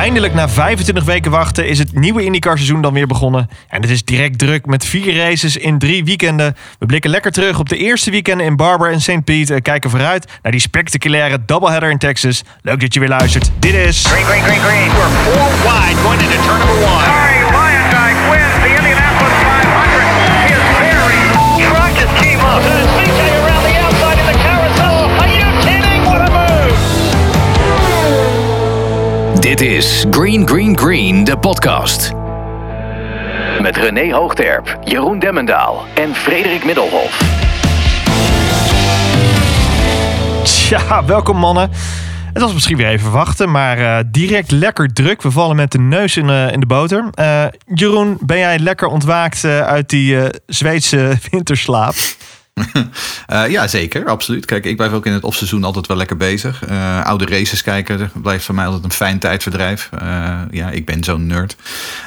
Eindelijk na 25 weken wachten is het nieuwe IndyCar seizoen dan weer begonnen. En het is direct druk met 4 races in 3 weekenden. We blikken lekker terug op de eerste weekenden in Barber en St. Pete. En kijken vooruit naar die spectaculaire doubleheader in Texas. Leuk dat je weer luistert. Dit is... Green. We're 4 wide going into turn number 1. Sorry, Lyondike wins the Indianapolis 500. His very truck just came up. VJ around the outside in the carousel. Are you kidding? What a move! Dit is Green, de podcast. Met René Hoogterp, Jeroen Demmendaal en Frederik Middelhoff. Tja, welkom mannen. Het was misschien weer even wachten, maar direct lekker druk. We vallen met de neus in de boter. Jeroen, ben jij lekker ontwaakt uit die Zweedse winterslaap? Ja, zeker, absoluut. Kijk, ik blijf ook in het offseizoen altijd wel lekker bezig. Oude races kijken blijft voor mij altijd een fijn tijdverdrijf. Ja, ik ben zo'n nerd.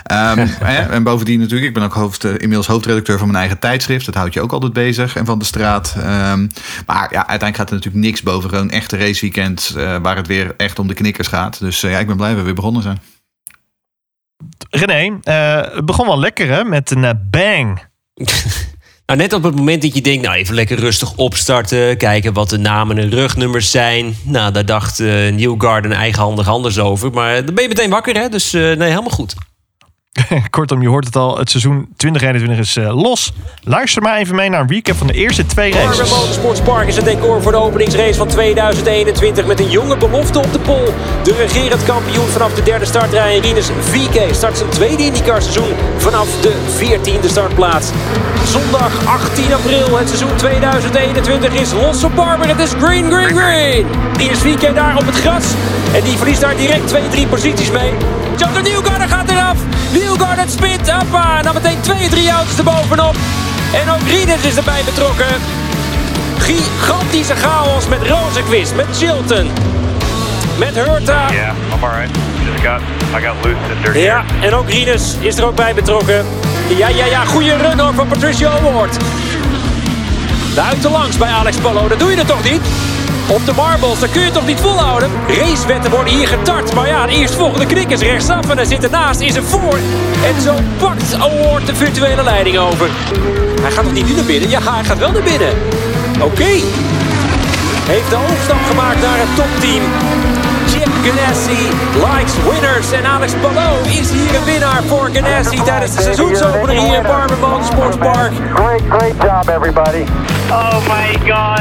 En bovendien natuurlijk, ik ben ook inmiddels hoofdredacteur van mijn eigen tijdschrift. Dat houdt je ook altijd bezig en van de straat. Maar ja, uiteindelijk gaat er natuurlijk niks boven gewoon echte raceweekend waar het weer echt om de knikkers gaat. Dus ja, ik ben blij dat we weer begonnen zijn. René, het begon wel lekker hè, met een bang. Nou, net op het moment dat je denkt, nou even lekker rustig opstarten. Kijken wat de namen en rugnummers zijn. Nou, daar dacht Newgarden eigenhandig anders over. Maar dan ben je meteen wakker, hè? Dus nee, helemaal goed. Kortom, je hoort het al, het seizoen 2021 is los. Luister maar even mee naar een recap van de eerste 2 races. Barber Motorsports Park is het decor voor de openingsrace van 2021... met een jonge belofte op de pol. De regerend kampioen vanaf de derde startrij, Rinus VeeKay, start zijn tweede IndyCar seizoen vanaf de 14e startplaats. Zondag 18 april, het seizoen 2021 is los op Barber. Het is green. Rinus VeeKay daar op het gras. En die verliest daar direct 2-3 posities mee. Jonathan Newgarden gaat eraf. Newgarden spint, hoppa. En dan meteen 2-3 auto's erbovenop. En ook Rinus is erbij betrokken. Gigantische chaos met Rosenqvist, met Chilton, met Hurta. Yeah, I'm alright. I got loose in the dirt. Ja, en ook Rinus is er ook bij betrokken. Ja, goede run hoor van Patricio O'Ward. Buitenlangs bij Alex Palou, dat doe je er toch niet? Op de marbles, dat kun je toch niet volhouden? Racewetten worden hier getart. Maar ja, de eerstvolgende knik is rechtsaf en hij zit ernaast, is er voor. En zo pakt Award de virtuele leiding over. Hij gaat nog niet nu naar binnen? Ja, hij gaat wel naar binnen. Oké. Heeft de overstap gemaakt naar het topteam. Chip Ganassi likes winners. En Alex Palou is hier een winnaar voor Ganassi tijdens de seizoensopener hier in Barber Motorsports Park. Great job, everybody. Oh my god.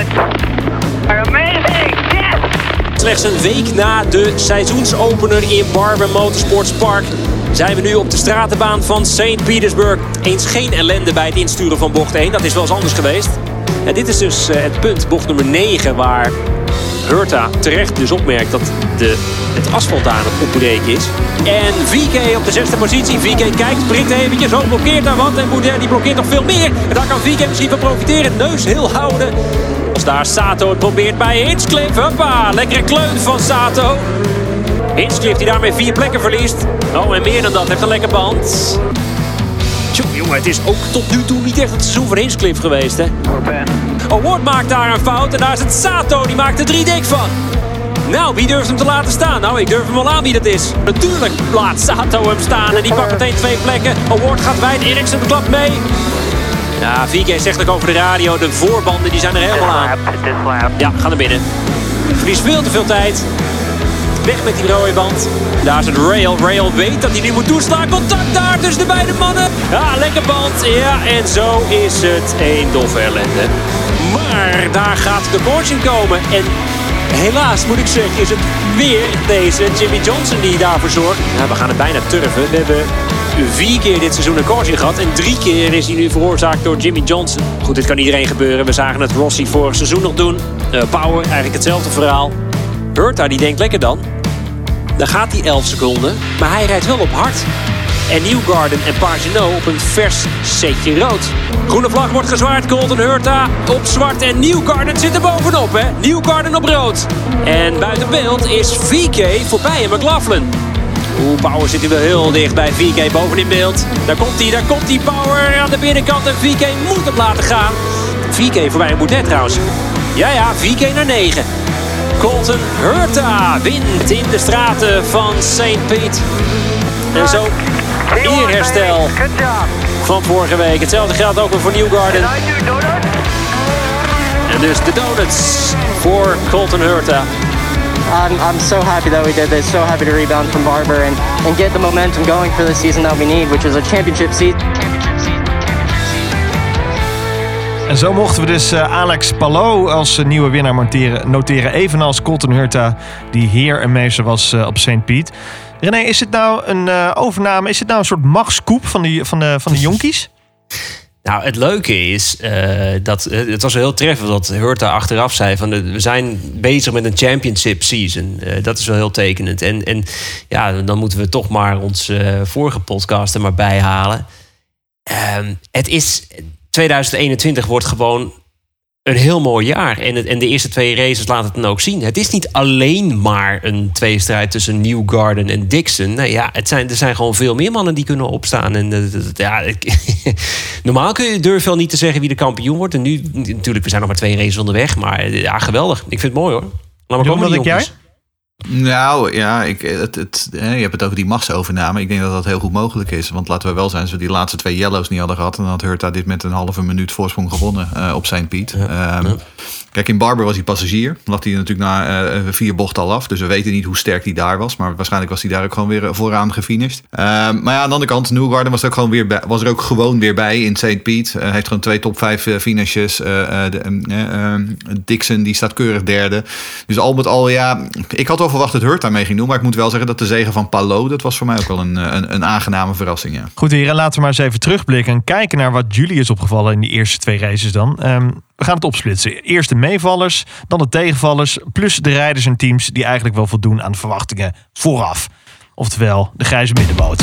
Amazing! Yes! Slechts een week na de seizoensopener in Barber Motorsports Park zijn we nu op de stratenbaan van St. Petersburg. Eens geen ellende bij het insturen van bocht 1. Dat is wel eens anders geweest. En dit is dus het punt, bocht nummer 9, waar Hurta terecht dus opmerkt dat het asfalt aan het opbreken is. En VeeKay op de 6e positie. VeeKay kijkt, prikt eventjes, zo blokkeert daar wat. En Bourdais die blokkeert nog veel meer. En daar kan VeeKay misschien van profiteren. Neus heel houden. Als daar Sato het probeert bij Hinchcliffe. Hoppa, lekkere kleun van Sato. Hinchcliffe die daarmee 4 plekken verliest. Oh, en meer dan dat, heeft een lekker band. Jongen, het is ook tot nu toe niet echt het seizoen van Hinchcliffe geweest, hè? Award maakt daar een fout en daar is het Sato, die maakt er 3 dik van. Nou, wie durft hem te laten staan? Nou, ik durf hem wel aan wie dat is. Natuurlijk laat Sato hem staan en die pakt meteen 2 plekken. Award gaat wijd, Eriksson klapt mee. Ja, VeeKay zegt ook over de radio, de voorbanden die zijn er helemaal aan. Ja, ga naar binnen. Verlies veel te veel tijd. Weg met die rode band. Daar is het Rail. Rail weet dat hij nu moet toeslaan. Contact daar tussen de beide mannen. Ja, lekker band. Ja, en zo is het een doffe ellende. Maar daar gaat de caution komen. En helaas moet ik zeggen, is het weer deze Jimmie Johnson die daarvoor zorgt. Nou, we gaan het bijna turven. We hebben 4 keer dit seizoen een caution gehad. En 3 keer is hij nu veroorzaakt door Jimmie Johnson. Goed, dit kan iedereen gebeuren. We zagen het Rossi vorig seizoen nog doen. Power, eigenlijk hetzelfde verhaal. Hurta, die denkt lekker dan. Dan gaat hij 11 seconden, maar hij rijdt wel op hard. En Newgarden en Pagenaud op een vers setje rood. Groene vlag wordt gezwaard, Colton Hurta op zwart en Newgarden zit er bovenop, hè. Newgarden op rood. En buiten beeld is VeeKay voorbij en McLaughlin. Power zit hier wel heel dicht bij VeeKay boven in beeld. Daar komt hij, Power aan de binnenkant en VeeKay moet hem laten gaan. VeeKay voorbij en Bourdais trouwens. Ja, VeeKay naar 9. Colton Herta wint in de straten van St. Pete. En zo eerherstel Good job. van vorige week. Hetzelfde geldt ook weer voor Newgarden. I do donuts. En dus de donuts voor Colton Herta. I'm so happy that we did this. So happy to rebound from Barber and get the momentum going for the season that we need, which is a championship season. En zo mochten we dus Alex Palou als nieuwe winnaar noteren. Evenals Colton Herta, die heer en meester was op St. Pete. René, is het nou een overname? Is het nou een soort machtskoep van de jonkies? Nou, het leuke is dat het was heel treffend dat Herta achteraf zei van we zijn bezig met een championship season. Dat is wel heel tekenend. En ja, dan moeten we toch maar ons vorige podcast er maar bij halen. Het is 2021 wordt gewoon een heel mooi jaar. En de eerste 2 races laten het dan ook zien. Het is niet alleen maar een tweestrijd tussen Newgarden en Dixon. Nee, ja, er zijn gewoon veel meer mannen die kunnen opstaan. En normaal durf je wel niet te zeggen wie de kampioen wordt. En nu, natuurlijk, we zijn nog maar 2 races onderweg. Maar ja, geweldig. Ik vind het mooi, hoor. Laat maar komen, die jongens. Nou ja, je hebt het over die machtsovername. Ik denk dat dat heel goed mogelijk is. Want laten we wel zijn, als we die laatste 2 yellows niet hadden gehad, dan had Herta dit met een halve minuut voorsprong gewonnen op St. Pete. Kijk, in Barber was hij passagier. Lag hij natuurlijk na 4 bochten al af. Dus we weten niet hoe sterk hij daar was. Maar waarschijnlijk was hij daar ook gewoon weer vooraan gefinished. Maar ja, aan de andere kant, Newgarden was er ook gewoon weer bij in St. Pete. Heeft gewoon 2 top 5 finishes. Dixon, die staat keurig derde. Dus al met al, ja, ik had wel verwacht dat Herta mee ging doen. Maar ik moet wel zeggen dat de zege van Palou, dat was voor mij ook wel een aangename verrassing. Ja. Goed, heren, laten we maar eens even terugblikken en kijken naar wat jullie is opgevallen in die eerste 2 races dan. We gaan het opsplitsen. Eerst de meevallers, dan de tegenvallers, plus de rijders en teams die eigenlijk wel voldoen aan de verwachtingen vooraf. Oftewel, de grijze middenboot.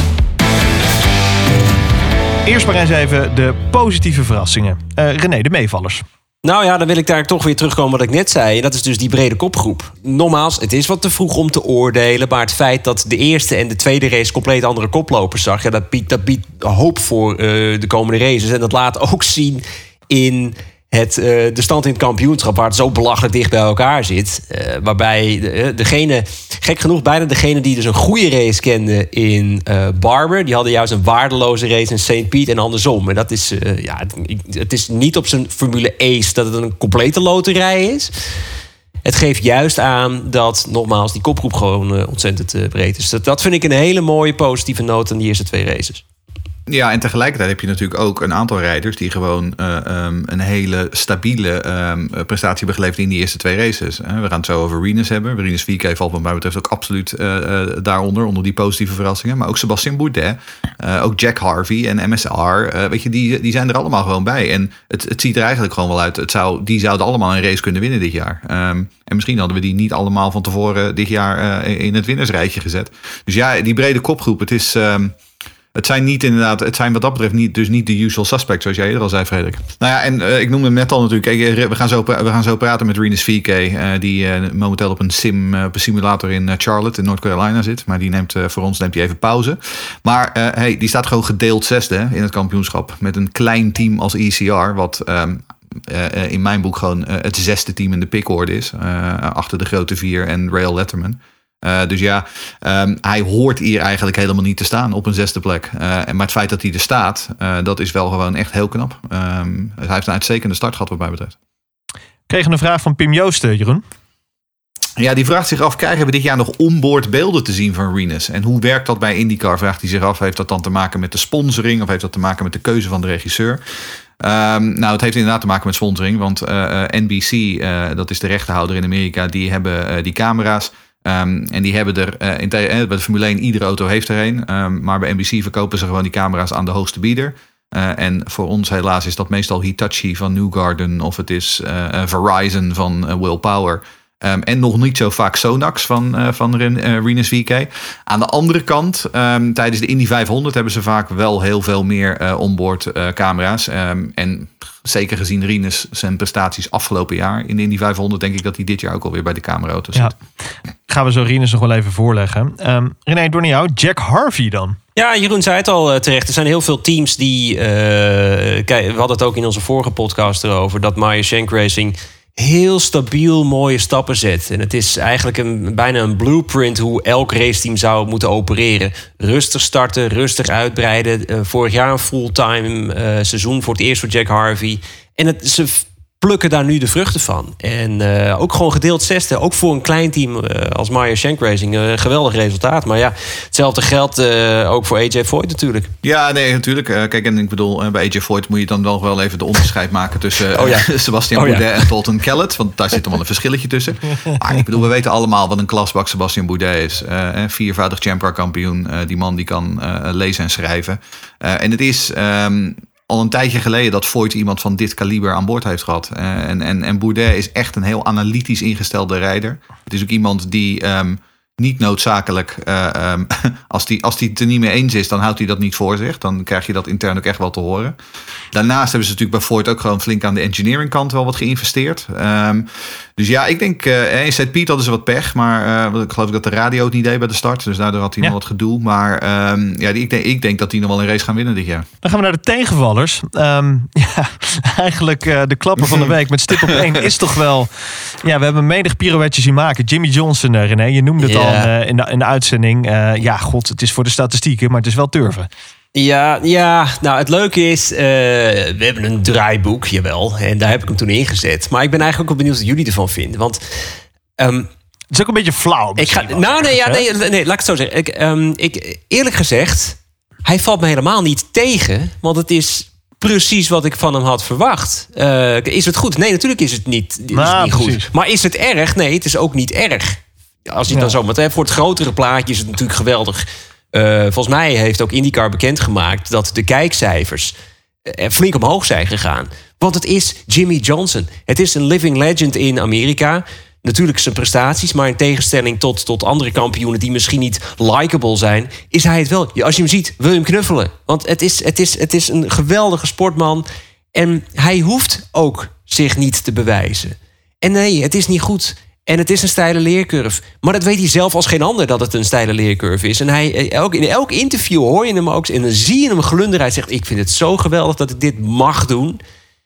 Eerst maar eens even de positieve verrassingen. René, de meevallers. Nou ja, dan wil ik daar toch weer terugkomen wat ik net zei. Dat is dus die brede kopgroep. Nogmaals, het is wat te vroeg om te oordelen. Maar het feit dat de eerste en de tweede race compleet andere koplopers zag, ja, dat biedt hoop voor de komende races. En dat laat ook zien in de stand in het kampioenschap, waar het zo belachelijk dicht bij elkaar zit. Waarbij gek genoeg, bijna degene die dus een goede race kende in Barber, die hadden juist een waardeloze race in St. Pete en andersom. En dat is, het is niet op zijn Formule Ace dat het een complete loterij is. Het geeft juist aan dat, nogmaals, die kopgroep gewoon ontzettend breed is. Dat vind ik een hele mooie positieve noot aan die eerste 2 races. Ja, en tegelijkertijd heb je natuurlijk ook een aantal rijders die gewoon een hele stabiele prestatie hebben geleverd in die eerste 2 races. We gaan het zo over Rinus hebben. Rinus VK valt wat mij betreft ook absoluut daaronder, onder die positieve verrassingen. Maar ook Sébastien Bourdais, ook Jack Harvey en MSR. Weet je, die zijn er allemaal gewoon bij. En het ziet er eigenlijk gewoon wel uit. Die zouden allemaal een race kunnen winnen dit jaar. En misschien hadden we die niet allemaal van tevoren dit jaar in het winnersrijtje gezet. Dus ja, die brede kopgroep, het zijn wat dat betreft niet de usual suspects, zoals jij eerder al zei, Frederik. Nou ja, en ik noemde hem net al natuurlijk. Kijk, we gaan zo praten met Rinus VK, die momenteel op een simulator in Charlotte in North Carolina zit. Maar die neemt even pauze. Maar die staat gewoon gedeeld 6e in het kampioenschap. Met een klein team als ECR, wat in mijn boek gewoon het 6e team in de pickorde is. Achter de grote 4 en Rail Letterman. Dus ja, hij hoort hier eigenlijk helemaal niet te staan op een 6e plek. Maar het feit dat hij er staat, dat is wel gewoon echt heel knap. Hij heeft een uitstekende start gehad wat mij betreft. We kregen een vraag van Pim Joosten, Jeroen. Ja, die vraagt zich af, krijgen we dit jaar nog onboard beelden te zien van Rinus? En hoe werkt dat bij IndyCar, vraagt hij zich af. Heeft dat dan te maken met de sponsoring of heeft dat te maken met de keuze van de regisseur? Nou, het heeft inderdaad te maken met sponsoring. Want NBC, dat is de rechtenhouder in Amerika, die hebben die camera's. En die hebben er, bij de Formule 1, iedere auto heeft er een. Maar bij NBC verkopen ze gewoon die camera's aan de hoogste bieder. En voor ons helaas is dat meestal Hitachi van Newgarden of het is Verizon van Will Power. En nog niet zo vaak Sonax van Rinus VK. Aan de andere kant, tijdens de Indy 500 hebben ze vaak wel heel veel meer onboard camera's. En zeker gezien Rinus zijn prestaties afgelopen jaar in de Indy 500... denk ik dat hij dit jaar ook alweer bij de cameraauto's zit. Gaan we zo Rinus nog wel even voorleggen. René, door naar jou. Jack Harvey dan? Ja, Jeroen zei het al terecht. Er zijn heel veel teams die... we hadden het ook in onze vorige podcast erover, dat Meyer Shank Racing heel stabiel mooie stappen zet. En het is eigenlijk bijna een blueprint hoe elk raceteam zou moeten opereren. Rustig starten, rustig uitbreiden. Vorig jaar een fulltime seizoen voor het eerst voor Jack Harvey. En ze plukken daar nu de vruchten van. En ook gewoon gedeeld zesde. Ook voor een klein team als Meyer Shank Racing. Geweldig resultaat. Maar ja, hetzelfde geldt ook voor AJ Foyt natuurlijk. Ja, nee, natuurlijk. Kijk, en ik bedoel, bij AJ Foyt moet je dan wel even de onderscheid maken tussen Sebastian Bourdais en Dalton Kellett. Want daar zit dan wel een verschilletje tussen. Maar ik bedoel, we weten allemaal wat een klasbak Sebastian Bourdais is. Viervoudig Champ kampioen. Die man die kan lezen en schrijven. En het is al een tijdje geleden dat Foyt iemand van dit kaliber aan boord heeft gehad. En Bourdais is echt een heel analytisch ingestelde rijder. Het is ook iemand die niet noodzakelijk, als die het er niet mee eens is, dan houdt hij dat niet voor zich. Dan krijg je dat intern ook echt wel te horen. Daarnaast hebben ze natuurlijk bij Foyt ook gewoon flink aan de engineering kant wel wat geïnvesteerd. Dus ja, ik denk, in St. Piet hadden ze wat pech. Maar ik geloof dat de radio het niet deed bij de start. Dus daardoor had hij nog wat gedoe. Maar ik denk dat die nog wel een race gaan winnen dit jaar. Dan gaan we naar de tegenvallers. Eigenlijk de klapper van de week met stip op 1 is toch wel... Ja, we hebben menig pirouetje zien maken. Jimmy Johnson, René, je noemde het al in de uitzending. Het is voor de statistieken, maar het is wel turven. Ja, nou het leuke is, we hebben een draaiboek, jawel. En daar heb ik hem toen ingezet. Maar ik ben eigenlijk ook wel benieuwd wat jullie ervan vinden. Want het is ook een beetje flauw. Nee, laat ik het zo zeggen. Eerlijk gezegd, hij valt me helemaal niet tegen. Want het is precies wat ik van hem had verwacht. Is het goed? Nee, natuurlijk is het niet goed. Maar is het erg? Nee, het is ook niet erg. Als je het dan zo moet hebben. Voor het grotere plaatje is het natuurlijk geweldig. Volgens mij heeft ook IndyCar bekendgemaakt dat de kijkcijfers flink omhoog zijn gegaan. Want het is Jimmy Johnson. Het is een living legend in Amerika. Natuurlijk zijn prestaties, maar in tegenstelling tot andere kampioenen die misschien niet likable zijn, is hij het wel. Als je hem ziet, wil je hem knuffelen. Want het is een geweldige sportman. En hij hoeft ook zich niet te bewijzen. En nee, het is niet goed. En het is een steile leercurve. Maar dat weet hij zelf als geen ander dat het een steile leercurve is. En in elk interview hoor je hem ook. En dan zie je hem glunderen. Hij zegt, ik vind het zo geweldig dat ik dit mag doen.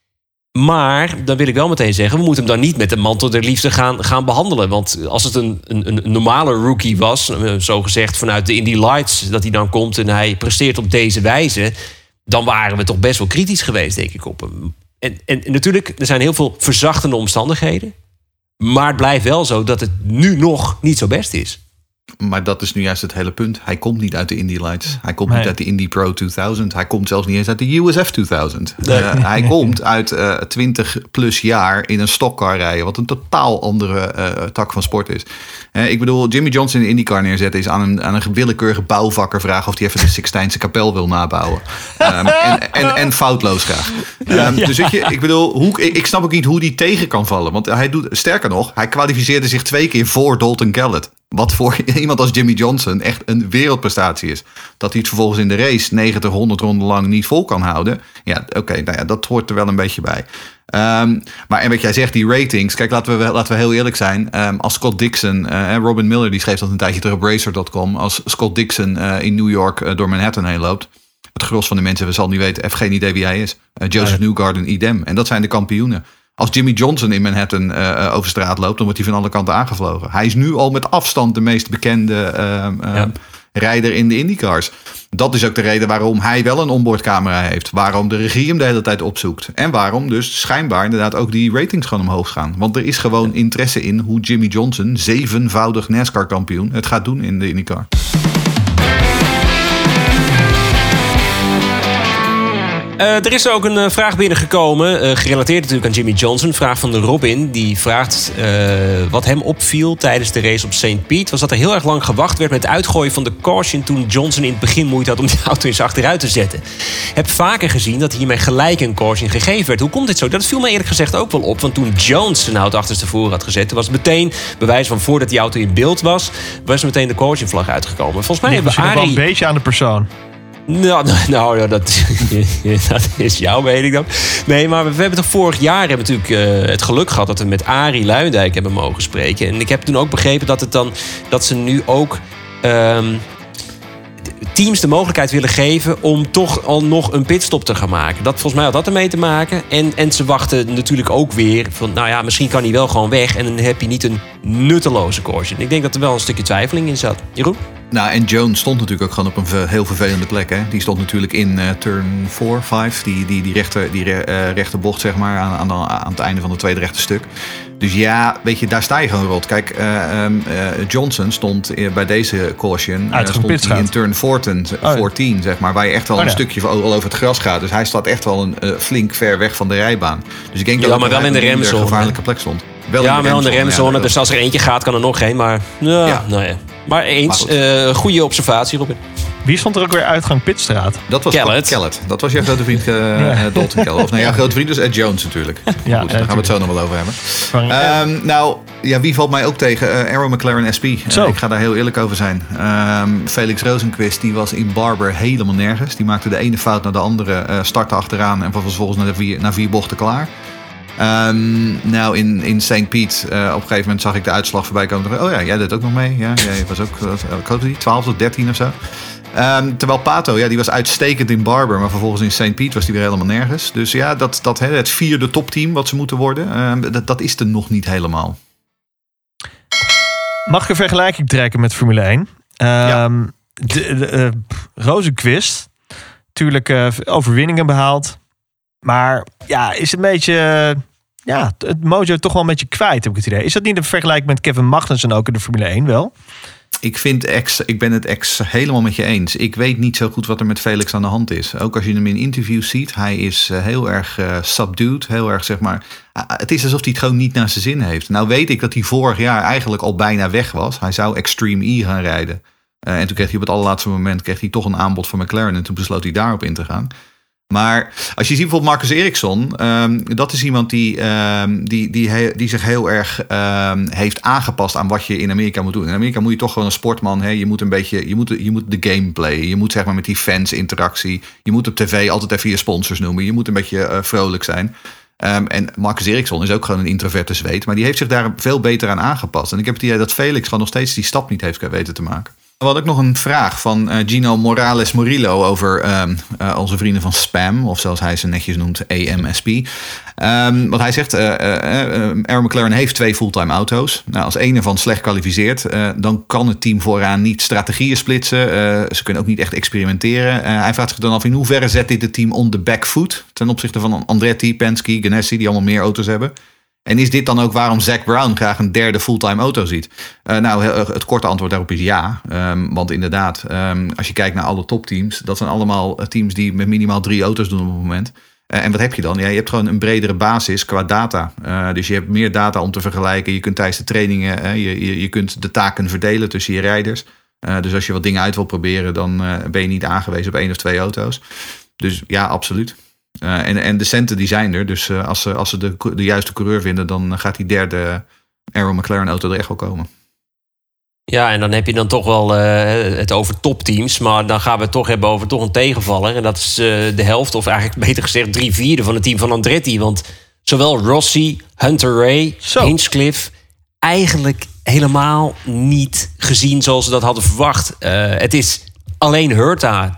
Maar dan wil ik wel meteen zeggen, we moeten hem dan niet met de mantel der liefde gaan behandelen. Want als het een normale rookie was, zo gezegd vanuit de Indy Lights, dat hij dan komt en hij presteert op deze wijze, dan waren we toch best wel kritisch geweest, denk ik, op hem. En natuurlijk, er zijn heel veel verzachtende omstandigheden. Maar het blijft wel zo dat het nu nog niet zo best is. Maar dat is nu juist het hele punt. Hij komt niet uit de Indy Lights. Hij komt niet uit de Indy Pro 2000. Hij komt zelfs niet eens uit de USF 2000. Hij komt uit 20 plus jaar in een stockcar rijden. Wat een totaal andere tak van sport is. Ik bedoel, Jimmy Johnson in de IndyCar neerzetten is aan een willekeurige bouwvakker vragen of hij even de Sixtijnse kapel wil nabouwen. En foutloos graag. Dus weet je, ik bedoel, ik snap ook niet hoe die tegen kan vallen. Want hij doet, sterker nog, hij kwalificeerde zich 2 keer voor Dalton Kellett. Wat voor iemand als Jimmy Johnson echt een wereldprestatie is. Dat hij het vervolgens in de race 90, 100 ronden lang niet vol kan houden. Ja, oké, dat hoort er wel een beetje bij. Maar en wat jij zegt, die ratings. Kijk, laten we heel eerlijk zijn. Als Scott Dixon, Robin Miller die schreef dat een tijdje terug op Racer.com. Als Scott Dixon in New York door Manhattan heen loopt. Het gros van de mensen, we zal niet weten, heeft geen idee wie hij is. Joseph Newgarden, idem. En dat zijn de kampioenen. Als Jimmy Johnson in Manhattan over straat loopt, dan wordt hij van alle kanten aangevlogen. Hij is nu al met afstand de meest bekende rijder in de IndyCars. Dat is ook de reden waarom hij wel een onboardcamera heeft. Waarom de regie hem de hele tijd opzoekt. En waarom dus schijnbaar inderdaad ook die ratings gewoon omhoog gaan. Want er is gewoon interesse in hoe Jimmy Johnson, 7-voudig NASCAR-kampioen, het gaat doen in de IndyCar. Er is ook een vraag binnengekomen, gerelateerd natuurlijk aan Jimmy Johnson. Een vraag van de Robin, die vraagt wat hem opviel tijdens de race op St. Pete. Was dat er heel erg lang gewacht werd met het uitgooien van de caution toen Johnson in het begin moeite had om die auto eens achteruit te zetten. Heb vaker gezien dat hiermee gelijk een caution gegeven werd. Hoe komt dit zo? Dat viel me eerlijk gezegd ook wel op. Want toen Jones zijn auto achterstevoren had gezet, was het meteen bewijs van voordat die auto in beeld was meteen de caution vlag uitgekomen. Volgens mij hebben Arie wel een beetje aan de persoon. Nou, dat is jouw mening dan. Nee, maar we hebben toch vorig jaar natuurlijk het geluk gehad dat we met Arie Luijendijk hebben mogen spreken. En ik heb toen ook begrepen dat ze nu ook teams de mogelijkheid willen geven om toch al nog een pitstop te gaan maken. Volgens mij had dat ermee te maken. En ze wachten natuurlijk ook weer van, nou ja, misschien kan hij wel gewoon weg en dan heb je niet een nutteloze caution. Ik denk dat er wel een stukje twijfeling in zat. Jeroen? Nou, en Jones stond natuurlijk ook gewoon op een heel vervelende plek. Hè? Die stond natuurlijk in turn 4, 5. Die rechte bocht, zeg maar, aan het einde van het tweede rechte stuk. Dus ja, weet je, daar sta je gewoon rot. Kijk, Johnson stond bij deze caution in turn 14, zeg maar. Waar je echt wel een stukje al over het gras gaat. Dus hij staat echt wel flink ver weg van de rijbaan. Dus ik denk dat maar wel in de remzone. Een gevaarlijke plek stond. Wel in de remzone. Ja, dus als er eentje gaat, kan er nog geen. Maar nou ja. Maar eens, goede observatie, Robin. Wie stond er ook weer uitgang Pitstraat? Dat was Kellett. Dat was jouw grote vriend Dalton Kellett. Of nee, jouw grote vriend is Ed Jones natuurlijk. Ja, goed, daar gaan we het zo nog wel over hebben. Nou, ja, wie valt mij ook tegen? Arrow McLaren SP. Ik ga daar heel eerlijk over zijn. Felix Rosenqvist, die was in Barber helemaal nergens. Die maakte de ene fout naar de andere. Startte achteraan en was vervolgens na 4 bochten klaar. Nou, in St. Pete, op een gegeven moment zag ik de uitslag voorbij komen. Oh ja, jij deed ook nog mee. Ja, jij was ook, ik hoop die 12 tot 13 of zo. Terwijl Pato, die was uitstekend in Barber, maar vervolgens in St. Pete was die weer helemaal nergens. Dus ja, het 4e topteam wat ze moeten worden, dat is er nog niet helemaal. Mag ik een vergelijking trekken met Formule 1? Rosenqvist, natuurlijk overwinningen behaald. Maar ja, is een beetje het mojo toch wel een beetje kwijt, heb ik het idee. Is dat niet een vergelijking met Kevin Magnussen ook in de Formule 1 wel? Ik ben het helemaal met je eens. Ik weet niet zo goed wat er met Felix aan de hand is. Ook als je hem in interviews ziet, hij is heel erg subdued, heel erg zeg maar. Het is alsof hij het gewoon niet naar zijn zin heeft. Nou weet ik dat hij vorig jaar eigenlijk al bijna weg was. Hij zou Extreme E gaan rijden. En toen kreeg hij op het allerlaatste moment toch een aanbod van McLaren en toen besloot hij daarop in te gaan. Maar als je ziet bijvoorbeeld Marcus Ericsson, dat is iemand die zich heel erg heeft aangepast aan wat je in Amerika moet doen. In Amerika moet je toch gewoon een sportman, je moet een beetje, je moet de game playen. Je moet zeg maar met die fans interactie. Je moet op tv altijd even je sponsors noemen. Je moet een beetje vrolijk zijn. En Marcus Ericsson is ook gewoon een introverte zweet, maar die heeft zich daar veel beter aan aangepast. En ik heb het idee dat Felix gewoon nog steeds die stap niet heeft weten te maken. We hadden ook nog een vraag van Gino Morales Morillo over onze vrienden van Spam, of zoals hij ze netjes noemt, AMSP. Want hij zegt, Arrow McLaren heeft 2 fulltime auto's. Nou, als één ervan slecht kwalificeert, dan kan het team vooraan niet strategieën splitsen. Ze kunnen ook niet echt experimenteren. Hij vraagt zich dan af in hoeverre zet dit het team on the back foot ten opzichte van Andretti, Penske, Ganassi, die allemaal meer auto's hebben. En is dit dan ook waarom Zac Brown graag een 3e fulltime auto ziet? Nou, het korte antwoord daarop is ja. Want inderdaad, als je kijkt naar alle topteams, dat zijn allemaal teams die met minimaal 3 auto's doen op het moment. En wat heb je dan? Ja, je hebt gewoon een bredere basis qua data. Dus je hebt meer data om te vergelijken. Je kunt tijdens de trainingen, je kunt de taken verdelen tussen je rijders. Dus als je wat dingen uit wil proberen, dan ben je niet aangewezen op 1 of 2 auto's. Dus ja, absoluut. En de centen die zijn er. Dus als ze de juiste coureur vinden, dan gaat die 3e Arrow McLaren auto er echt wel komen. Ja, en dan heb je dan toch wel het over topteams. Maar dan gaan we het toch hebben over toch een tegenvaller. En dat is de helft, of eigenlijk beter gezegd 3/4 van het team van Andretti. Want zowel Rossi, Hunter Ray, Hinchcliffe eigenlijk helemaal niet gezien zoals ze dat hadden verwacht. Het is alleen Hurta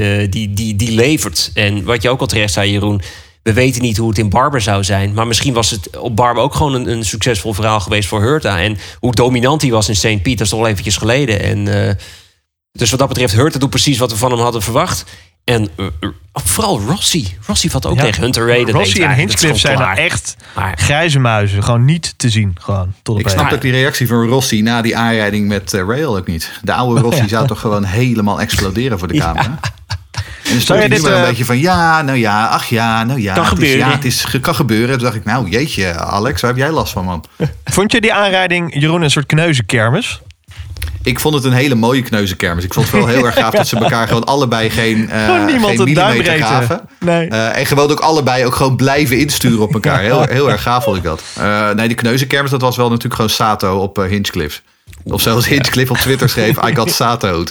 die levert. En wat je ook al terecht zei, Jeroen, we weten niet hoe het in Barber zou zijn. Maar misschien was het op Barber ook gewoon een succesvol verhaal geweest voor Hurta. En hoe dominant hij was in St. Pete, dat is toch al eventjes geleden. En dus wat dat betreft, Hurta doet precies wat we van hem hadden verwacht. En vooral Rossi. Rossi valt ook tegen Hunter Ray. Rossi en Hinchcliffe zijn er echt grijze muizen. Gewoon niet te zien. Gewoon, tot ik snap ook die reactie van Rossi na die aanrijding met Rail ook niet. De oude Rossi zou toch gewoon helemaal exploderen voor de camera. En dan stond hij nu maar een beetje van het kan gebeuren. Toen dacht ik, nou jeetje Alex, waar heb jij last van, man? Vond je die aanrijding, Jeroen, een soort kneuzenkermis? Ik vond het een hele mooie kneuzenkermis. Ik vond het wel heel erg gaaf dat ze elkaar gewoon allebei geen millimeter gaven. Nee. En gewoon ook allebei ook gewoon blijven insturen op elkaar. Heel erg gaaf vond ik dat. Nee, die kneuzenkermis, dat was wel natuurlijk gewoon Sato op Hinchcliffe. Of zoals Hinchcliffe op Twitter schreef, I got Sato'd.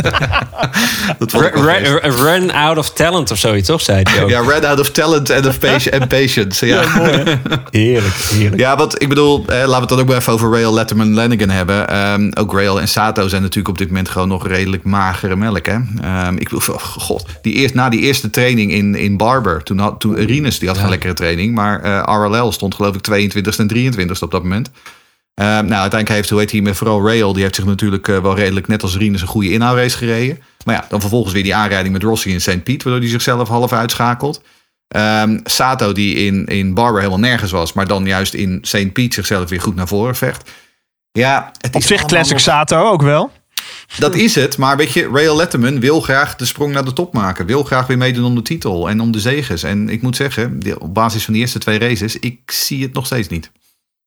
Dat vond ik wel best. Run out of talent of zoiets, toch? Zei hij ook. Ja, ran out of talent and patience. Ja. Ja, mooi, hè? Heerlijk. Ja, want ik bedoel, laten we het dan ook maar even over Rail, Letterman, Lanigan hebben. Ook Rail en Sato zijn natuurlijk op dit moment gewoon nog redelijk magere melk. Hè? Ik bedoel, na die eerste training in Barber, toen Rinus die had geen lekkere training, maar RLL stond geloof ik 22e en 23e op dat moment. Uiteindelijk heeft met vooral Rail, die heeft zich natuurlijk wel redelijk net als Rinus een goede inhoudrace gereden. Maar ja, dan vervolgens weer die aanrijding met Rossi in St. Piet, waardoor hij zichzelf half uitschakelt. Sato die in Barber helemaal nergens was, maar dan juist in St. Piet zichzelf weer goed naar voren vecht. Ja, het op is zich classic Sato ook wel. Dat is het, maar weet je, Rail Letterman wil graag de sprong naar de top maken. Wil graag weer meedoen om de titel en om de zeges. En ik moet zeggen, op basis van die eerste 2 races, ik zie het nog steeds niet.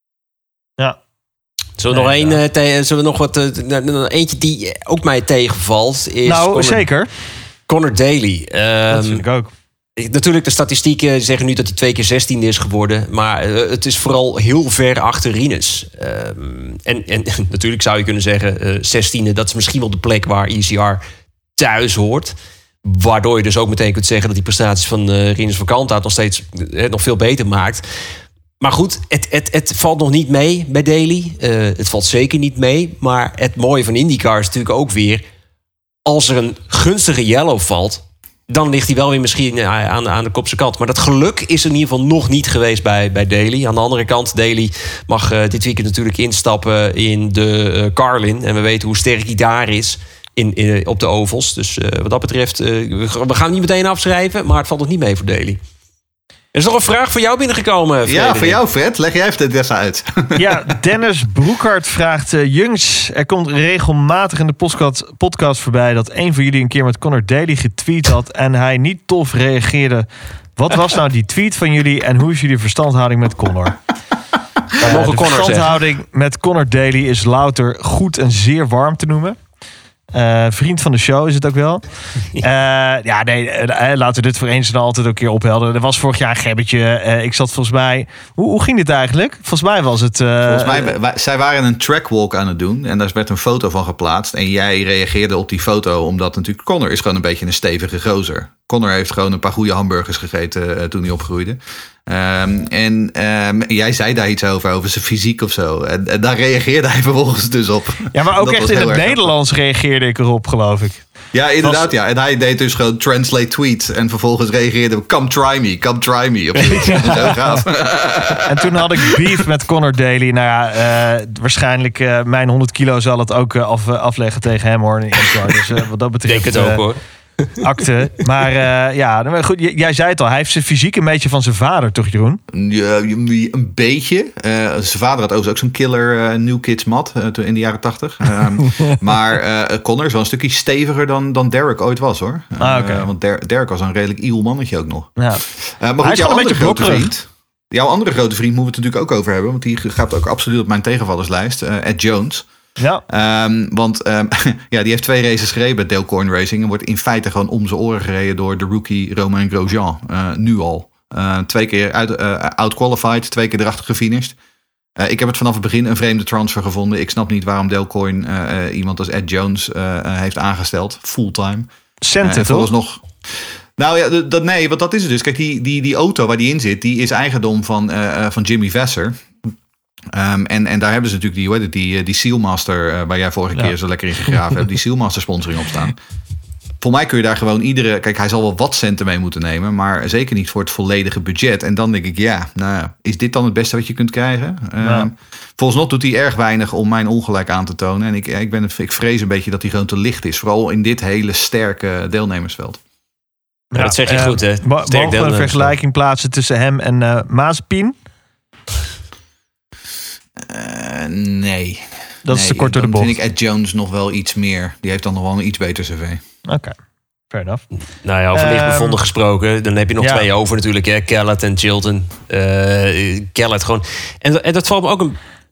Ja. Zullen we nog wat... eentje die ook mij tegenvalt is... Zeker. Connor Daly. Dat vind ik ook. Natuurlijk, de statistieken zeggen nu dat hij 2 keer 16e is geworden. Maar het is vooral heel ver achter Rinus. En natuurlijk zou je kunnen zeggen... 16e, dat is misschien wel de plek waar ECR thuis hoort. Waardoor je dus ook meteen kunt zeggen... dat die prestaties van Rinus van Kalmthout nog steeds nog veel beter maakt. Maar goed, het valt nog niet mee bij Daly. Het valt zeker niet mee. Maar het mooie van IndyCar is natuurlijk ook weer... als er een gunstige yellow valt... dan ligt hij wel weer misschien aan de kopse kant. Maar dat geluk is in ieder geval nog niet geweest bij Daly. Aan de andere kant, Daly mag dit weekend natuurlijk instappen in de Carlin. En we weten hoe sterk hij daar is op de ovals. Dus wat dat betreft, we gaan niet meteen afschrijven... maar het valt nog niet mee voor Daly. Er is nog een vraag voor jou binnengekomen, Frederik. Ja, voor jou, Fred. Leg jij even dit uit. Ja, Dennis Broekhart vraagt... Jungs, er komt regelmatig in de podcast voorbij... dat een van jullie een keer met Connor Daly getweet had... en hij niet tof reageerde. Wat was nou die tweet van jullie... en hoe is jullie verstandhouding met Connor? De verstandhouding met Connor Daly is louter goed en zeer warm te noemen. Vriend van de show is het ook wel. Laten we dit voor eens en altijd ook een keer ophelderen. Er was vorig jaar een gebbetje. Ik zat volgens mij... Hoe ging dit eigenlijk? Volgens mij was het... Zij waren een trackwalk aan het doen. En daar werd een foto van geplaatst. En jij reageerde op die foto. Omdat natuurlijk Connor is gewoon een beetje een stevige gozer. Connor heeft gewoon een paar goede hamburgers gegeten toen hij opgroeide. Jij zei daar iets over zijn fysiek of zo. En daar reageerde hij vervolgens dus op. Ja, maar ook echt in het Nederlands reageerde ik erop, geloof ik. Ja, inderdaad, ja. En hij deed dus gewoon translate tweet. En vervolgens reageerde we, come try me. Op zo gaaf. En toen had ik beef met Connor Daly. Nou ja, waarschijnlijk mijn 100 kilo zal het ook afleggen tegen hem, hoor. Dus wat dat betreft... Ik denk het ook, hoor. Akte. Maar goed, jij zei het al. Hij heeft zijn fysiek een beetje van zijn vader, toch, Jeroen? Ja, een beetje. Zijn vader had ook zo'n killer New Kids mat in de jaren 80. Maar Connor is wel een stukje steviger dan Derek ooit was, hoor. Okay. Want Derek was een redelijk iel mannetje ook nog. Ja. Maar goed, hij is jouw wel een beetje grote blokkerig. vriend... Jouw andere grote vriend moeten we het natuurlijk ook over hebben. Want die gaat ook absoluut op mijn tegenvallerslijst. Ed Jones. Ja. Die heeft 2 races gereden bij Dale Coyne Racing. En wordt in feite gewoon om zijn oren gereden door de rookie Romain Grosjean. Nu al. 2 keer outqualified, 2 keer erachter gefinished. Ik heb het vanaf het begin een vreemde transfer gevonden. Ik snap niet waarom Dale Coyne iemand als Ed Jones heeft aangesteld. Fulltime. Centen, toch? Nog... Nou ja, nee, want dat is het dus. Kijk, die auto waar die in zit, die is eigendom van Jimmy Vasser. En daar hebben ze natuurlijk die Sealmaster, waar jij vorige keer zo lekker in gegraven hebt, die Sealmaster sponsoring op staan. Voor mij kun je daar gewoon kijk, hij zal wel wat centen mee moeten nemen, maar zeker niet voor het volledige budget. En dan denk ik, is dit dan het beste wat je kunt krijgen? Volgens nog doet hij erg weinig om mijn ongelijk aan te tonen. En ik vrees een beetje dat hij gewoon te licht is. Vooral in dit hele sterke deelnemersveld. Ja, dat zeg je goed, hè? Mogen we een vergelijking plaatsen tussen hem en Mazepin? Nee. Dat is te kort door de bocht. Dan vind ik Ed Jones nog wel iets meer. Die heeft dan nog wel een iets beter cv. Oké. Fair enough. Nou ja, over lichtbevonden gesproken. Dan heb je nog 2 over natuurlijk. Hè? Kellett en Chilton. Kellett gewoon. En dat valt me ook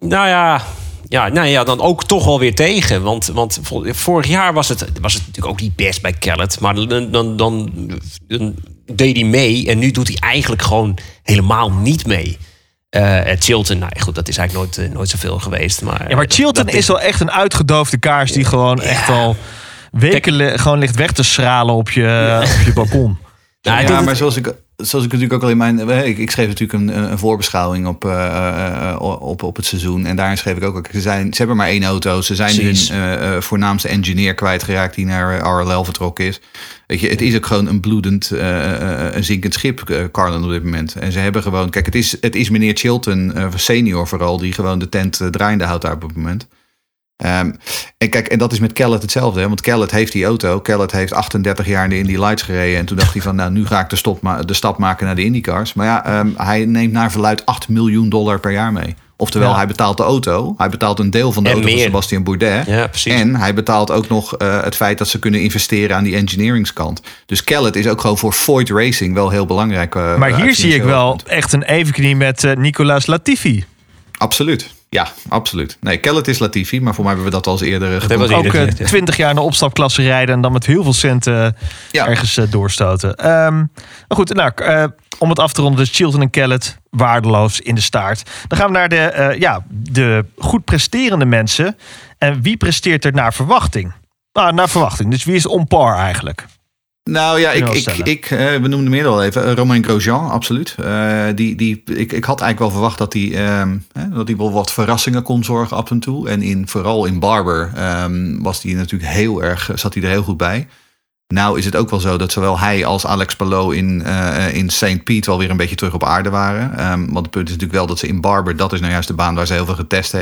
dan ook toch wel weer tegen. Want vorig jaar was het natuurlijk ook niet best bij Kellett. Maar dan deed hij mee. En nu doet hij eigenlijk gewoon helemaal niet mee. Chilton, nou goed, dat is eigenlijk nooit zoveel geweest. Maar Chilton is wel echt een uitgedoofde kaars die gewoon echt al weken gewoon ligt weg te stralen op je balkon. Maar zoals ik natuurlijk ook al in mijn... Ik schreef natuurlijk een voorbeschouwing op het seizoen. En daarin schreef ik ook... Ze hebben maar 1 auto. Ze zijn hun voornaamste engineer kwijtgeraakt die naar RLL vertrokken is. Weet je, het is ook gewoon een bloedend, een zinkend schip, Carlin op dit moment. En ze hebben gewoon... Kijk, het is meneer Chilton, senior vooral, die gewoon de tent draaiende houdt daar op het moment. En kijk, en dat is met Kellett hetzelfde. Hè? Want Kellett heeft die auto. Kellett heeft 38 jaar in de Indy Lights gereden. En toen dacht hij van, nou, nu ga ik de stap maken naar de IndyCars. Maar ja, hij neemt naar verluidt $8 miljoen per jaar mee. Oftewel, hij betaalt de auto. Hij betaalt een deel van de auto van Sebastian Bourdais. Ja, precies. En hij betaalt ook nog het feit dat ze kunnen investeren aan die engineeringskant. Dus Kellett is ook gewoon voor Foyt Racing wel heel belangrijk. Maar hier zie ik wel echt een evenknie met Nicolas Latifi. Absoluut. Ja, absoluut. Nee, Kellett is Latifi, maar voor mij hebben we dat al eens eerder gedaan. Ook 20 jaar in de opstapklasse rijden en dan met heel veel centen ergens doorstoten. Maar goed, om het af te ronden, dus Chilton en Kellett waardeloos in de staart. Dan gaan we naar de goed presterende mensen. En wie presteert er naar verwachting? Naar verwachting. Dus wie is on par eigenlijk? Nou ja, we noemden meer al even. Romain Grosjean, absoluut. Ik had eigenlijk wel verwacht dat hij wel wat verrassingen kon zorgen af en toe. En vooral in Barber was hij natuurlijk zat hij er heel goed bij. Nou is het ook wel zo dat zowel hij als Alex Palou in St. Pete wel weer een beetje terug op aarde waren. Want het punt is natuurlijk wel dat ze in Barber, dat is nou juist de baan waar ze heel veel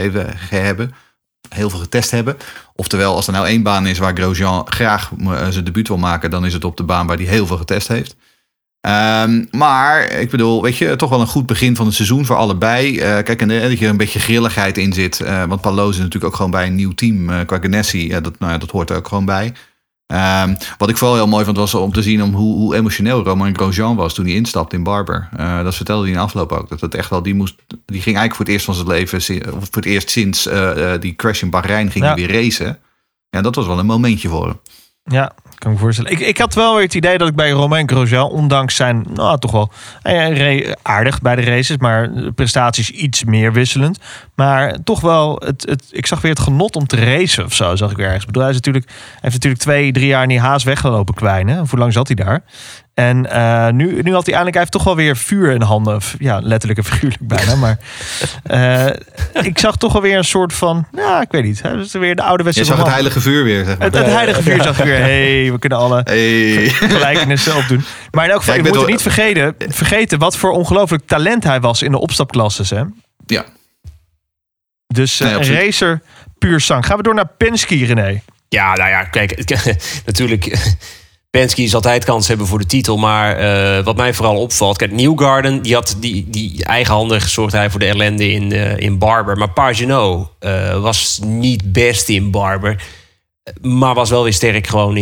getest hebben. Oftewel, als er nou 1 baan is waar Grosjean graag zijn debuut wil maken, dan is het op de baan waar hij heel veel getest heeft. Maar ik bedoel, weet je, toch wel een goed begin van het seizoen voor allebei. Kijk, en dat je er een beetje grilligheid in zit. Want Palou is natuurlijk ook gewoon bij een nieuw team qua Ganassi. Dat hoort er ook gewoon bij. Wat ik vooral heel mooi vond was om te zien hoe emotioneel Romain Grosjean was toen hij instapte in Barber. Dat vertelde hij in de afloop ook. Dat het echt wel, die ging eigenlijk voor het eerst van zijn leven, voor het eerst sinds die crash in Bahrein ging hij weer racen. Ja, dat was wel een momentje voor hem. Ja, kan ik me voorstellen. Ik had wel weer het idee dat ik bij Romain Grosjean, ondanks zijn, toch wel aardig bij de races, maar de prestaties iets meer wisselend. Maar toch wel, ik zag weer het genot om te racen of zo, zag ik weer ergens. Ik bedoel, hij heeft natuurlijk 2-3 jaar in die Haas weggelopen kwijnen. Hoe lang zat hij daar? En nu had hij eindelijk toch wel weer vuur in handen. Ja, letterlijk en figuurlijk bijna. Maar ik zag toch wel weer een soort van... ik weet niet. Het is weer de ouderwetse... Je zag het heilige vuur weer, zeg maar. Het heilige vuur zag ik weer. We kunnen alle gelijkenissen opdoen. Maar in elk geval, we moeten niet vergeten wat voor ongelooflijk talent hij was in de opstapklasses. Hè? Ja. Dus een racer puur zang. Gaan we door naar Penske, René? Ja, nou ja, kijk, natuurlijk... Penske zal altijd kans hebben voor de titel. Maar wat mij vooral opvalt... Kijk, Newgarden, die had die eigenhandig zorgde hij voor de ellende in Barber. Maar Pagenaud was niet best in Barber. Maar was wel weer sterk gewoon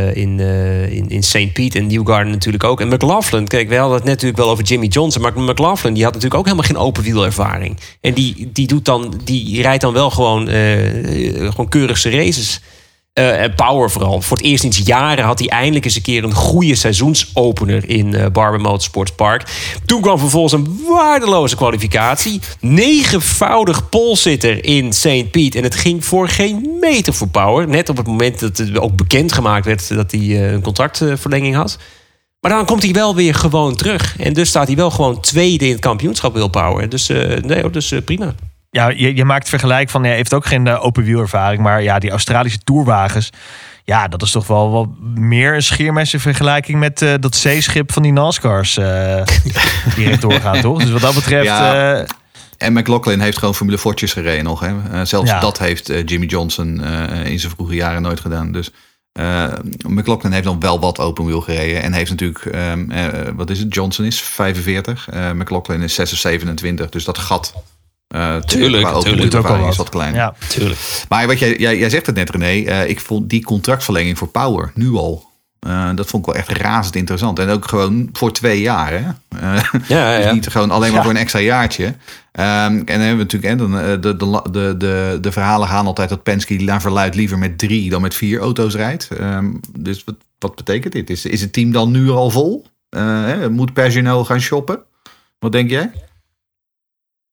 in St. Pete. En Newgarden natuurlijk ook. En McLaughlin, kijk, we hadden het net natuurlijk wel over Jimmy Johnson. Maar McLaughlin, die had natuurlijk ook helemaal geen open wielervaring. En die rijdt dan wel gewoon keurigste races. En Power vooral. Voor het eerst sinds jaren had hij eindelijk eens een keer een goede seizoensopener in Barber Motorsports Park. Toen kwam vervolgens een waardeloze kwalificatie. 9-voudig polesitter in St. Pete. En het ging voor geen meter voor Power. Net op het moment dat het ook bekendgemaakt werd dat hij een contractverlenging had. Maar dan komt hij wel weer gewoon terug. En dus staat hij wel gewoon tweede in het kampioenschap Will Power. Dus prima. Ja, je maakt vergelijk van, hij heeft ook geen open wielervaring. Maar ja, die Australische tourwagens, ja, dat is toch wel meer een scheermes in vergelijking met dat zeeschip van die NASCAR's die recht doorgaan, toch? Dus wat dat betreft... Ja. En McLaughlin heeft gewoon Formule Fortjes gereden nog. Hè? Zelfs dat heeft Jimmy Johnson in zijn vroege jaren nooit gedaan. Dus McLaughlin heeft dan wel wat open wheel gereden. En heeft natuurlijk, wat is het? Johnson is 45. McLaughlin is 6 of 27. Dus dat gat... Tuurlijk. Is wat klein. Ja, tuurlijk. Maar wat jij zegt het net, René. Ik vond die contractverlenging voor Power nu al. Dat vond ik wel echt razend interessant. En ook gewoon voor 2 jaar. Hè? Dus niet gewoon alleen maar voor een extra jaartje. En dan hebben we natuurlijk de verhalen gaan altijd dat Penske naar verluidt liever met 3 dan met 4 auto's rijdt. Dus wat betekent dit? Is het team dan nu al vol? Moet Pagenaud gaan shoppen? Wat denk jij?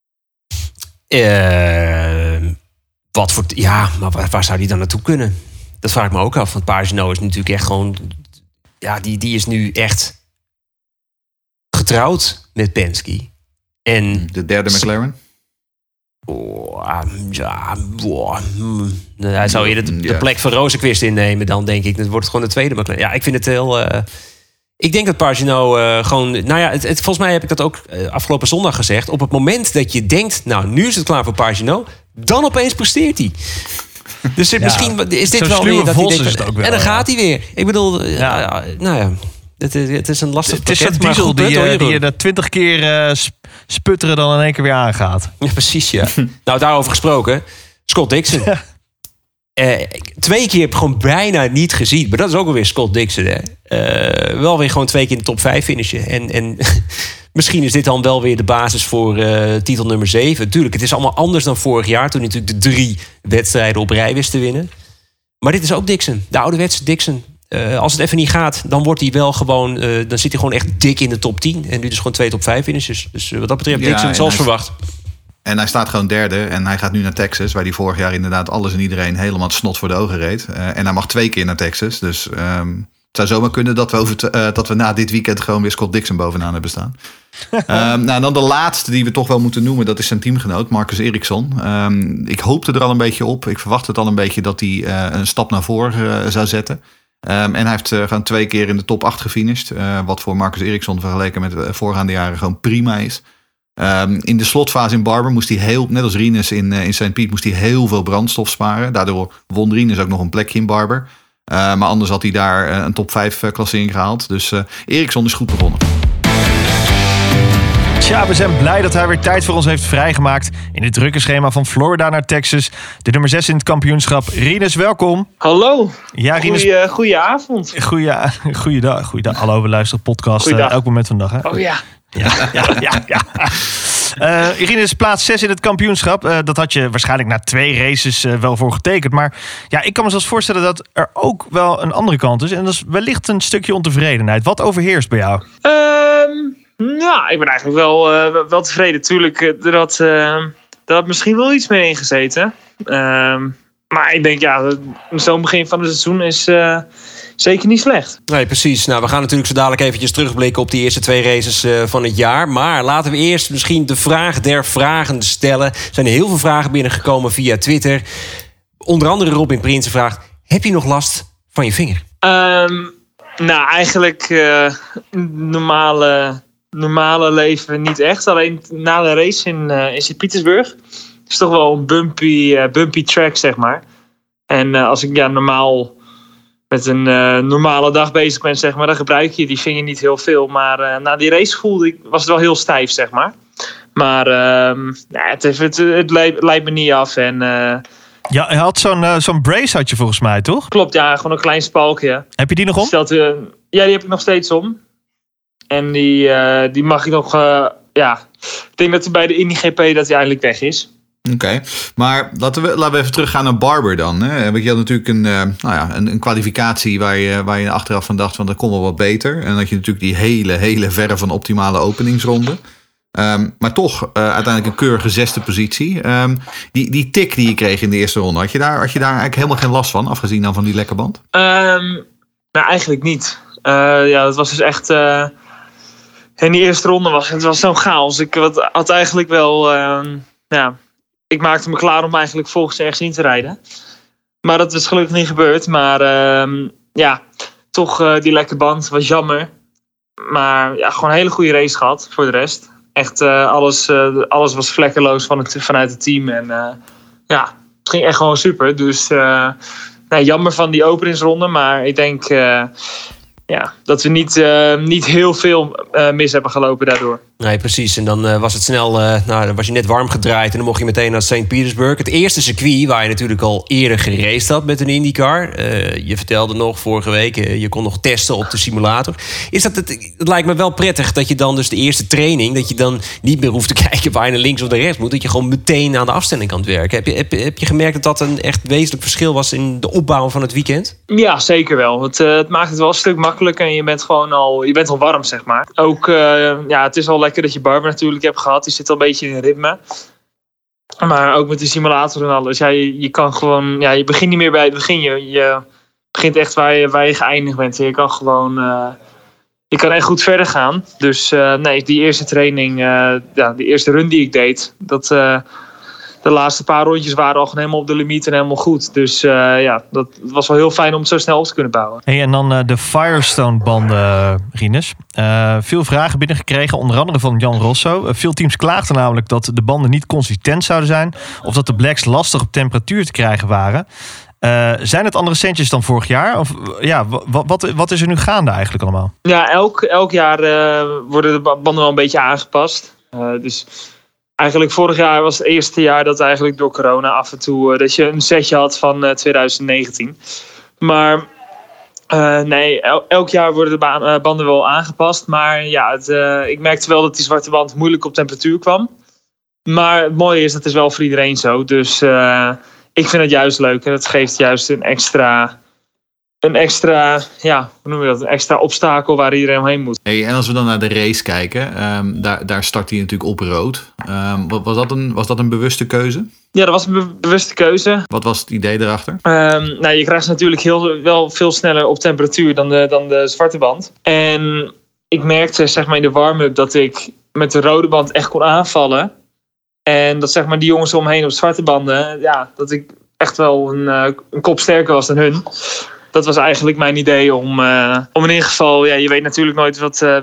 Wat voor... Ja, maar waar zou die dan naartoe kunnen? Dat vraag ik me ook af. Want Pagenaud is natuurlijk echt gewoon... Ja, die is nu echt getrouwd met Penske. En de derde McLaren? Hij zou eerder de plek van Rosenqvist innemen dan, denk ik. Dan wordt het gewoon de tweede McLaren. Ja, ik vind het heel... Ik denk dat Pagenaud gewoon... Nou ja, volgens mij heb ik dat ook afgelopen zondag gezegd. Op het moment dat je denkt... Nou, nu is het klaar voor Pagenaud. Dan opeens presteert hij. Dus misschien is dit wel weer... Dat hij denkt, en dan gaat hij weer. Ik bedoel... Het is een lastig pakket. Het is zo'n diesel die je er 20 keer sputteren dan in één keer weer aangaat. Ja, precies, ja. Nou, daarover gesproken. Scott Dixon. 2 keer heb ik gewoon bijna niet gezien. Maar dat is ook alweer Scott Dixon, hè. Wel weer gewoon 2 keer in de top 5 finishen. En misschien is dit dan wel weer de basis voor titel nummer 7. Tuurlijk, het is allemaal anders dan vorig jaar... toen hij natuurlijk de 3 wedstrijden op rij wist te winnen. Maar dit is ook Dixon. De ouderwetse Dixon. Als het even niet gaat, dan wordt hij wel gewoon... dan zit hij gewoon echt dik in de top 10. En nu dus gewoon 2 top 5 finishes. Dus wat dat betreft Dixon zoals verwacht. En hij staat gewoon derde. En hij gaat nu naar Texas. Waar hij vorig jaar inderdaad alles en iedereen helemaal het snot voor de ogen reed. En hij mag 2 keer naar Texas. Dus het zou zomaar kunnen dat we na dit weekend gewoon weer Scott Dixon bovenaan hebben staan. Nou, dan de laatste die we toch wel moeten noemen. Dat is zijn teamgenoot, Marcus Ericsson. Ik hoopte er al een beetje op. Ik verwachtte het al een beetje dat hij een stap naar voren zou zetten. En hij heeft gewoon 2 keer in de top 8 gefinished. Wat voor Marcus Ericsson vergeleken met de voorgaande jaren gewoon prima is. In de slotfase in Barber moest hij net als Rinus in St. Pete, moest hij heel veel brandstof sparen. Daardoor won Rinus ook nog een plekje in Barber. Maar anders had hij daar een top 5 klassering gehaald. Dus Ericsson is goed begonnen. Tja, we zijn blij dat hij weer tijd voor ons heeft vrijgemaakt. In het drukke schema van Florida naar Texas. De nummer 6 in het kampioenschap. Rinus, welkom. Hallo. Ja, Rinus. Goedenavond. Goeiedag. Hallo, we luisteren podcast elk moment van de dag. Hè? Oh ja. Ja. Rinus, plaats 6 in het kampioenschap. Dat had je waarschijnlijk na 2 races wel voor getekend. Maar ja, ik kan me zelfs voorstellen dat er ook wel een andere kant is. En dat is wellicht een stukje ontevredenheid. Wat overheerst bij jou? Nou, ik ben eigenlijk wel tevreden. Tuurlijk, er had misschien wel iets meer ingezeten. Maar ik denk, zo'n begin van het seizoen is zeker niet slecht. Nee, precies. Nou, we gaan natuurlijk zo dadelijk eventjes terugblikken op die eerste 2 races van het jaar. Maar laten we eerst misschien de vraag der vragen stellen. Er zijn heel veel vragen binnengekomen via Twitter. Onder andere Robin Prinsen vraagt: heb je nog last van je vinger? Nou, eigenlijk normale leven niet echt. Alleen na de race in Sint-Petersburg is toch wel een bumpy track, zeg maar. En als ik normaal met een normale dag bezig ben, zeg maar, dan gebruik je die vinger niet heel veel. Maar na die race was het wel heel stijf, zeg maar. Maar het leidt me niet af. En, ja, je had zo'n brace had je volgens mij, toch? Klopt, ja. Gewoon een klein spalkje. Heb je die nog om? Ja, die heb ik nog steeds om. En die mag ik nog... ik denk dat hij bij de Indy GP dat hij eigenlijk weg is. Oké, maar laten we even teruggaan naar Barber dan. Hè? Je had natuurlijk een kwalificatie waar je achteraf van dacht van dat kon wel wat beter. En dat je natuurlijk die hele verre van optimale openingsronde. Maar toch uiteindelijk een keurige 6e positie. Die tik die je kreeg in de eerste ronde, had je daar eigenlijk helemaal geen last van, afgezien dan van die lekke band? Nou, eigenlijk niet. Dat was dus echt... in die eerste ronde was zo'n chaos. Ik had eigenlijk wel... ik maakte me klaar om eigenlijk volgens ergens in te rijden. Maar dat is gelukkig niet gebeurd. Maar toch die lekke band was jammer. Maar gewoon een hele goede race gehad voor de rest. Echt alles was vlekkeloos vanuit het team. En het ging echt gewoon super. Dus jammer van die openingsronde. Maar ik denk dat we niet heel veel mis hebben gelopen daardoor. Nee, precies. En dan was het snel... dan was je net warm gedraaid en dan mocht je meteen naar St. Petersburg. Het eerste circuit waar je natuurlijk al eerder geraced had met een IndyCar. Je vertelde nog vorige week, je kon nog testen op de simulator. Het lijkt me wel prettig dat je dan dus de eerste training... dat je dan niet meer hoeft te kijken waar je naar links of naar rechts moet. Dat je gewoon meteen aan de afstelling kan werken. Heb je gemerkt dat een echt wezenlijk verschil was in de opbouw van het weekend? Ja, zeker wel. Het maakt het wel een stuk makkelijker en je bent al warm, zeg maar. Ook, het is al lekker dat je Barber natuurlijk hebt gehad. Die zit al een beetje in ritme. Maar ook met de simulator en alles. Ja, je kan gewoon... Ja, je begint niet meer bij het begin. Je begint echt waar je geëindigd bent. Je kan gewoon... je kan echt goed verder gaan. Dus die eerste training... die eerste run die ik deed... De laatste paar rondjes waren al gewoon helemaal op de limiet en helemaal goed. Dus dat was wel heel fijn om het zo snel op te kunnen bouwen. Hey, en dan de Firestone-banden, Rinus. Veel vragen binnengekregen, onder andere van Jan Rosso. Veel teams klaagden namelijk dat de banden niet consistent zouden zijn. Of dat de blacks lastig op temperatuur te krijgen waren. Zijn het andere centjes dan vorig jaar? Of wat is er nu gaande eigenlijk allemaal? Ja, elk jaar worden de banden wel een beetje aangepast. Dus... Eigenlijk vorig jaar was het eerste jaar dat eigenlijk door corona af en toe... dat je een setje had van 2019. Maar elk jaar worden de banden wel aangepast. Maar ja, ik merkte wel dat die zwarte band moeilijk op temperatuur kwam. Maar het mooie is, dat is wel voor iedereen zo. Dus ik vind het juist leuk. En het geeft juist een extra, hoe noem je dat? Een extra obstakel waar iedereen omheen moet. Hey, en als we dan naar de race kijken, daar start hij natuurlijk op rood. Was dat een bewuste keuze? Ja, dat was een bewuste keuze. Wat was het idee erachter? Je krijgt ze natuurlijk wel veel sneller op temperatuur dan de zwarte band. En ik merkte zeg maar in de warm-up dat ik met de rode band echt kon aanvallen. En dat zeg maar die jongens omheen op zwarte banden, dat ik echt wel een kop sterker was dan hun. Dat was eigenlijk mijn idee om in ieder geval... Ja, je weet natuurlijk nooit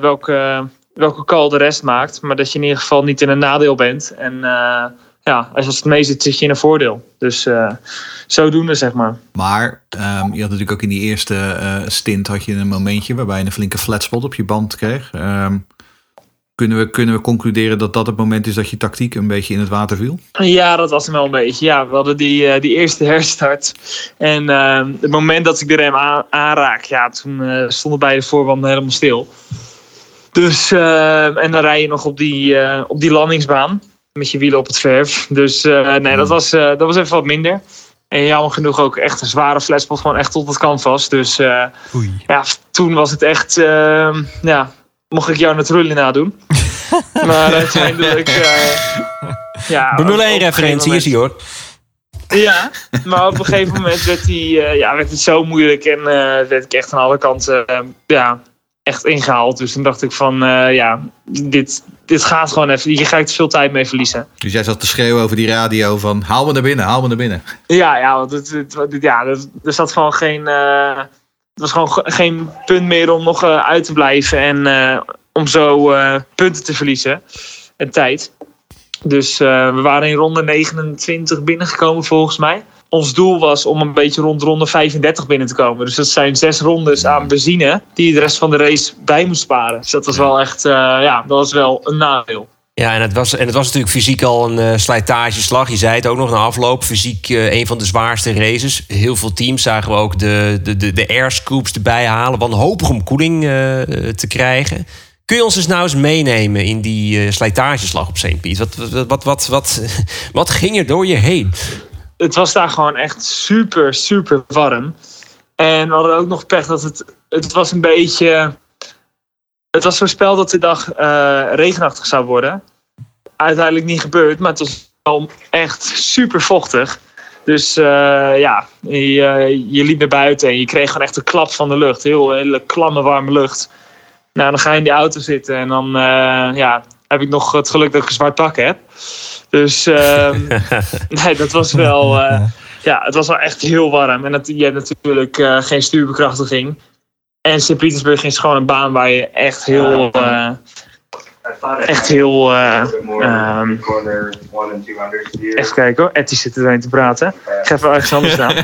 welke call de rest maakt. Maar dat je in ieder geval niet in een nadeel bent. En als het mee zit, zit je in een voordeel. Dus zodoende, zeg maar. Maar je had natuurlijk ook in die eerste stint had je een momentje waarbij je een flinke flatspot op je band kreeg. Kunnen we concluderen dat dat het moment is dat je tactiek een beetje in het water viel? Ja, dat was hem wel een beetje. Ja, we hadden die eerste herstart. En het moment dat ik de rem aanraak, toen stonden beide voorbanden helemaal stil. Dus, en dan rij je nog op die landingsbaan met je wielen op het verf. Dus dat was even wat minder. En jammer genoeg ook echt een zware flatspot, gewoon echt tot het canvas. Dus toen was het echt... mocht ik jou natuurlijk nadoen. Maar uiteindelijk... Formule 1 referentie is die hoor. Ja, maar op een gegeven moment werd het zo moeilijk. En werd ik echt aan alle kanten echt ingehaald. Dus toen dacht ik van... dit gaat gewoon even... Hier ga ik te veel tijd mee verliezen. Dus jij zat te schreeuwen over die radio van... haal me naar binnen, haal me naar binnen. Ja, want er zat gewoon geen... Het was gewoon geen punt meer om nog uit te blijven en om zo punten te verliezen en tijd. Dus we waren in ronde 29 binnengekomen volgens mij. Ons doel was om een beetje rond ronde 35 binnen te komen. Dus dat zijn 6 rondes aan benzine die je de rest van de race bij moest sparen. Dus dat was wel echt dat was wel een nadeel. Ja, en het was natuurlijk fysiek al een slijtageslag. Je zei het ook nog na afloop. Fysiek een van de zwaarste races. Heel veel teams zagen we ook de airscoops erbij halen. Wanhopig om koeling te krijgen. Kun je ons dus nou eens meenemen in die slijtageslag op St. Piet? Wat ging er door je heen? Het was daar gewoon echt super, super warm. En we hadden ook nog pech dat het was een beetje... Het was voorspeld dat de dag regenachtig zou worden. Uiteindelijk niet gebeurd, maar het was wel echt super vochtig. Dus je liep naar buiten en je kreeg gewoon echt een klap van de lucht. Hele klamme warme lucht. Nou, dan ga je in die auto zitten en dan heb ik nog het geluk dat ik een zwart pak heb. Dus dat was wel... het was wel echt heel warm. En je hebt natuurlijk geen stuurbekrachtiging. En St. Petersburg is gewoon een baan waar je echt heel... even kijken hoor, Etty zit er doorheen te praten. Ik ga even ergens anders staan.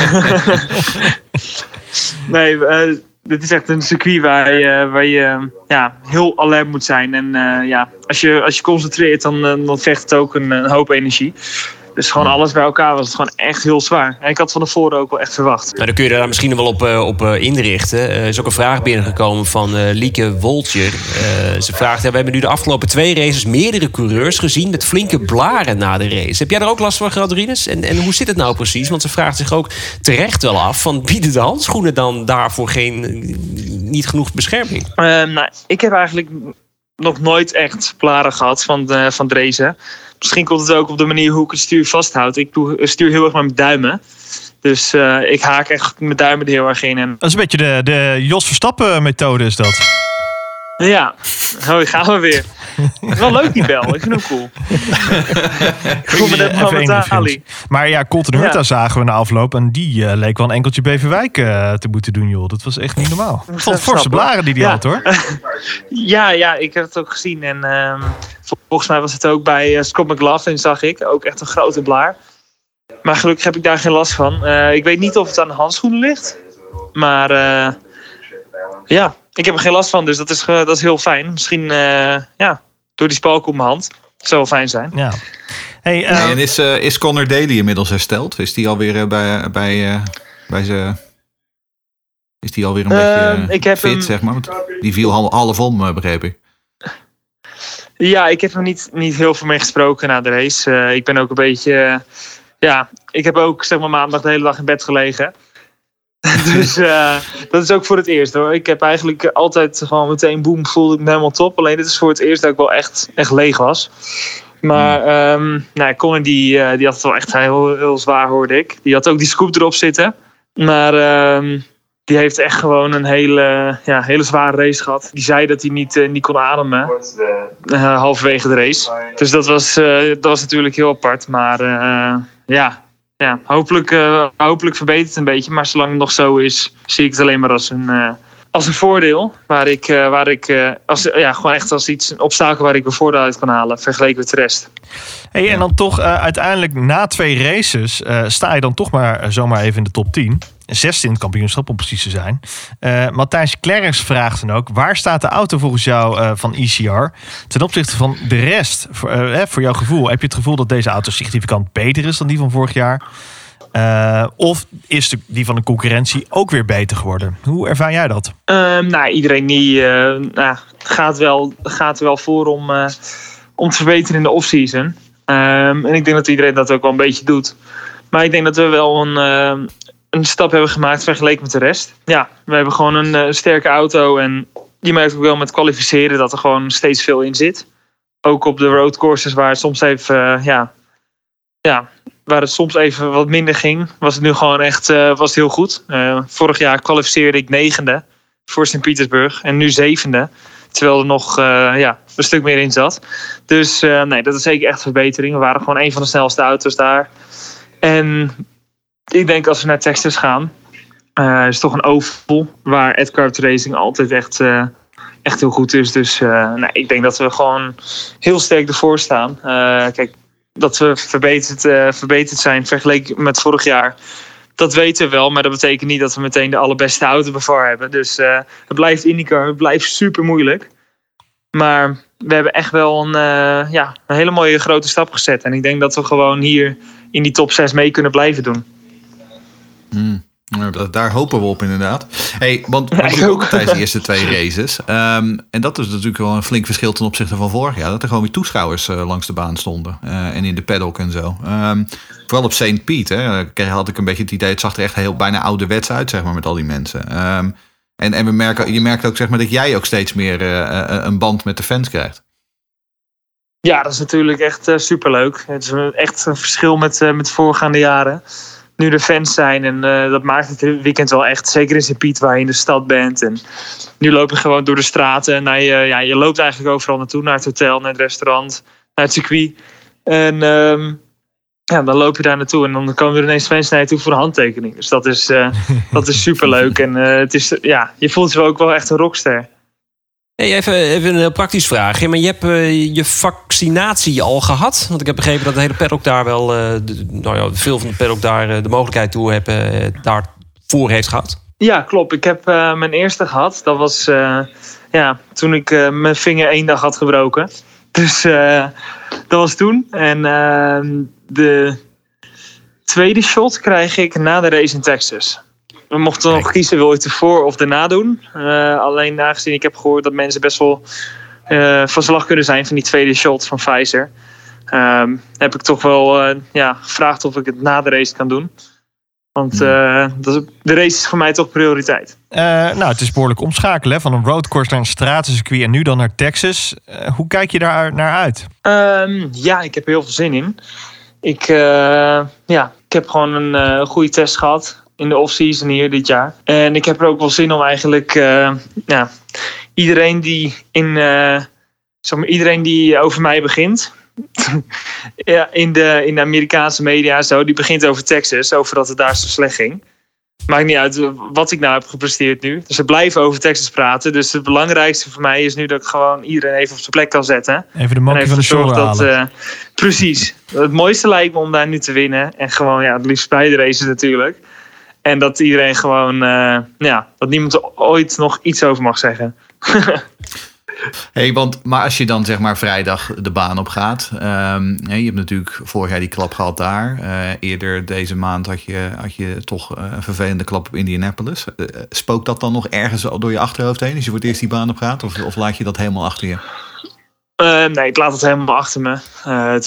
Nee, dit is echt een circuit waar je heel alert moet zijn. En als je concentreert, dan vecht het ook een hoop energie. Dus gewoon alles bij elkaar was het gewoon echt heel zwaar. En ik had van tevoren ook wel echt verwacht. Nou, dan kun je daar misschien wel op inrichten. Er is ook een vraag binnengekomen van Lieke Woltje. Ze vraagt, we hebben nu de afgelopen 2 races meerdere coureurs gezien met flinke blaren na de race. Heb jij er ook last van gehad, Rinus? En hoe zit het nou precies? Want ze vraagt zich ook terecht wel af van bieden de handschoenen dan daarvoor niet genoeg bescherming? Ik heb eigenlijk nog nooit echt blaren gehad van het racen. misschien komt het ook op de manier hoe ik het stuur vasthoud. Ik stuur heel erg met mijn duimen. Dus ik haak echt mijn duimen er heel erg in. En... Dat is een beetje de Jos Verstappen methode is dat. Ja, hier gaan we weer. Het is wel leuk die bel, ik vind hem cool. Ik voel me net Mohamed Ali. Maar ja, Colton Herta zagen we na afloop en die leek wel een enkeltje Beverwijk te moeten doen, joh. Dat was echt niet normaal. Ik vond forse blaren die had, hoor. Ja, ik heb het ook gezien. En volgens mij was het ook bij Scott McLaughlin, zag ik. Ook echt een grote blaar. Maar gelukkig heb ik daar geen last van. Ik weet niet of het aan de handschoenen ligt. Maar ik heb er geen last van, dus dat is heel fijn. Misschien door die spalk op mijn hand. Dat zou wel fijn zijn. Ja. Hey, en is Connor Daly inmiddels hersteld? Is die alweer bij zijn... Is die alweer een beetje fit, zeg maar? Want die viel half om, begreep ik. Ja, ik heb er niet heel veel mee gesproken na de race. Ik ben ook een beetje... ik heb ook zeg maar maandag de hele dag in bed gelegen. Dus dat is ook voor het eerst, hoor. Ik heb eigenlijk altijd gewoon meteen boem, voelde ik me helemaal top. Alleen dit is voor het eerst dat ik wel echt leeg was. Maar Conor die had het wel echt heel, heel zwaar, hoorde ik. Die had ook die scoop erop zitten. Maar die heeft echt gewoon een hele zware race gehad. Die zei dat hij niet kon ademen halverwege de race. Dus dat was natuurlijk heel apart. Maar hopelijk verbetert het een beetje. Maar zolang het nog zo is, zie ik het alleen maar als een voordeel. Waar ik gewoon echt als iets, een obstakel waar ik mijn voordeel uit kan halen. Vergeleken met de rest. Hey, en dan toch uiteindelijk na 2 races sta je dan toch maar zomaar even in de top 10. 6e in het kampioenschap, om precies te zijn. Matthijs Klerks vraagt dan ook... waar staat de auto volgens jou van ECR ten opzichte van de rest? Voor jouw gevoel. Heb je het gevoel dat deze auto significant beter is dan die van vorig jaar? Of is die van de concurrentie ook weer beter geworden? Hoe ervaar jij dat? Iedereen die gaat er wel voor om te verbeteren in de off-season. En ik denk dat iedereen dat ook wel een beetje doet. Maar ik denk dat we wel een stap hebben gemaakt vergeleken met de rest. Ja, we hebben gewoon een sterke auto. En je merkt ook wel met kwalificeren dat er gewoon steeds veel in zit. Ook op de roadcourses waar het soms even... waar het soms even wat minder ging, was het nu gewoon echt was het heel goed. Vorig jaar kwalificeerde ik 9e voor Sint-Petersburg en nu 7e. Terwijl er nog een stuk meer in zat. Dus dat is zeker echt een verbetering. We waren gewoon een van de snelste auto's daar. En ik denk als we naar Texas gaan, is het toch een oval waar Ed Kart Racing altijd echt heel goed is. Dus ik denk dat we gewoon heel sterk ervoor staan. Kijk, dat we verbeterd zijn vergeleken met vorig jaar. Dat weten we wel, maar dat betekent niet dat we meteen de allerbeste auto ervoor hebben. Dus het blijft IndyCar, het blijft super moeilijk. Maar we hebben echt wel een hele mooie grote stap gezet. En ik denk dat we gewoon hier in die top 6 mee kunnen blijven doen. Daar hopen we op inderdaad. Hey, want je ook tijdens de eerste 2 races. En dat is natuurlijk wel een flink verschil ten opzichte van vorig jaar. Dat er gewoon weer toeschouwers langs de baan stonden. En in de paddock en zo. Vooral op St. Pete had ik een beetje het idee... het zag er echt heel bijna ouderwets uit, zeg maar, met al die mensen. En je merkt ook, zeg maar, dat jij ook steeds meer een band met de fans krijgt. Ja, dat is natuurlijk echt superleuk. Het is echt een verschil met voorgaande jaren. Nu de fans zijn en dat maakt het weekend wel echt. Zeker in St. Piet waar je in de stad bent. En nu loop je gewoon door de straten. En je loopt eigenlijk overal naartoe. Naar het hotel, naar het restaurant, naar het circuit. En dan loop je daar naartoe. En dan komen er ineens fans naar je toe voor een handtekening. Dus dat is superleuk. En je voelt je ook wel echt een rockster. Hey, even een heel praktisch vraagje. Maar je hebt je vaccinatie al gehad? Want ik heb begrepen dat de hele paddock daar wel... veel van de paddock daar de mogelijkheid toe daarvoor heeft gehad. Ja, klopt. Ik heb mijn eerste gehad. Dat was toen ik mijn vinger 1 dag had gebroken. Dus dat was toen. En de tweede shot krijg ik na de race in Texas. We mochten nog kiezen, wil je het ervoor of daarna doen. Alleen aangezien ik heb gehoord dat mensen best wel van slag kunnen zijn van die tweede shot van Pfizer. Heb ik toch wel gevraagd of ik het na de race kan doen. Want de race is voor mij toch prioriteit. Het is behoorlijk omschakelen, hè? Van een roadcourse naar een stratencircuit en nu dan naar Texas. Hoe kijk je daar naar uit? Ik heb er heel veel zin in. Ik heb gewoon een goede test gehad in de off-season hier dit jaar. En ik heb er ook wel zin om eigenlijk iedereen die over mij begint. in de Amerikaanse media en zo, die begint over Texas, over dat het daar zo slecht ging. Maakt niet uit wat ik nou heb gepresteerd nu. Dus ze blijven over Texas praten. Dus het belangrijkste voor mij is nu dat ik gewoon iedereen even op zijn plek kan zetten. Even de monkey van de show halen. Precies. Het mooiste lijkt me om daar nu te winnen. En gewoon, het liefst beide races natuurlijk. En dat iedereen gewoon, dat niemand er ooit nog iets over mag zeggen. Maar als je dan zeg maar vrijdag de baan op gaat. Je hebt natuurlijk vorig jaar die klap gehad daar. Eerder deze maand had je toch een vervelende klap op Indianapolis. Spookt dat dan nog ergens door je achterhoofd heen als je voor het eerst die baan op gaat? Of laat je dat helemaal achter je? Nee, ik laat het helemaal achter me. Het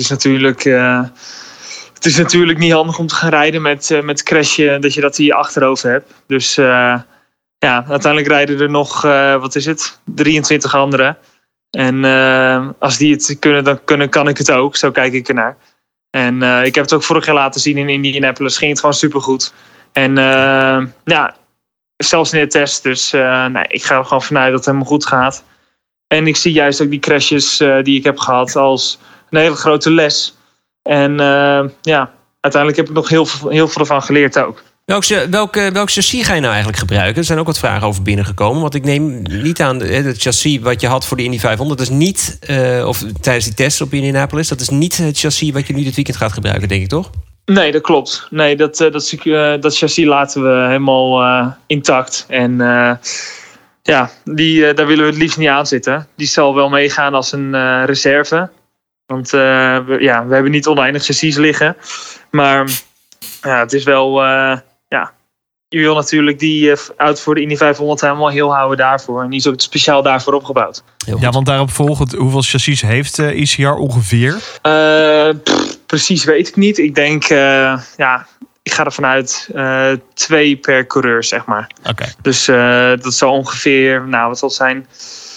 is natuurlijk niet handig om te gaan rijden met crashen. Dat je dat in je achterhoofd hebt. Dus... uiteindelijk rijden er nog, 23 anderen. En als die het kunnen, dan kan ik het ook. Zo kijk ik ernaar. En ik heb het ook vorig jaar laten zien in Indianapolis. Ging het gewoon supergoed. En zelfs in de test. Dus ik ga er gewoon vanuit dat het helemaal goed gaat. En ik zie juist ook die crashes die ik heb gehad als een hele grote les. En uiteindelijk heb ik nog heel veel ervan geleerd ook. Welk chassis ga je nou eigenlijk gebruiken? Er zijn ook wat vragen over binnengekomen. Want ik neem niet aan het chassis wat je had voor de Indy 500. Dat is niet, of tijdens die test op Indianapolis. Dat is niet het chassis wat je nu dit weekend gaat gebruiken, denk ik, toch? Nee, dat klopt. Nee, dat chassis laten we helemaal intact. En daar willen we het liefst niet aan zitten. Die zal wel meegaan als een reserve. Want we hebben niet oneindig chassis liggen. Maar het is wel... je wil natuurlijk die auto voor de Indy 500 helemaal heel houden daarvoor. En die is ook speciaal daarvoor opgebouwd. Want daarop volgend, hoeveel chassis heeft ECR ongeveer? Precies weet ik niet. Ik denk, ik ga er vanuit 2 per coureur, zeg maar. Okay. Dus dat zal ongeveer, wat zal het zijn?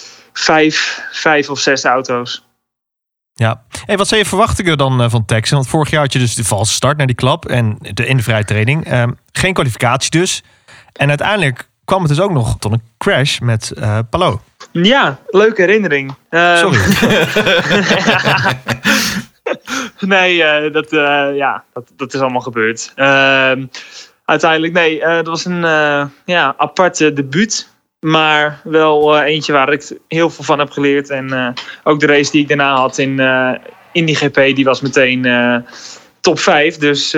5 of 6 auto's. Ja. Hey, wat zijn je verwachtingen dan van Texas? Want vorig jaar had je dus de valse start naar die klap en in de vrije training. Geen kwalificatie dus. En uiteindelijk kwam het dus ook nog tot een crash met Palou. Ja, leuke herinnering. Sorry. Nee, dat is allemaal gebeurd. Uiteindelijk, dat was een aparte debuut. Maar wel eentje waar ik heel veel van heb geleerd. En ook de race die ik daarna had in die GP, die was meteen top 5. Dus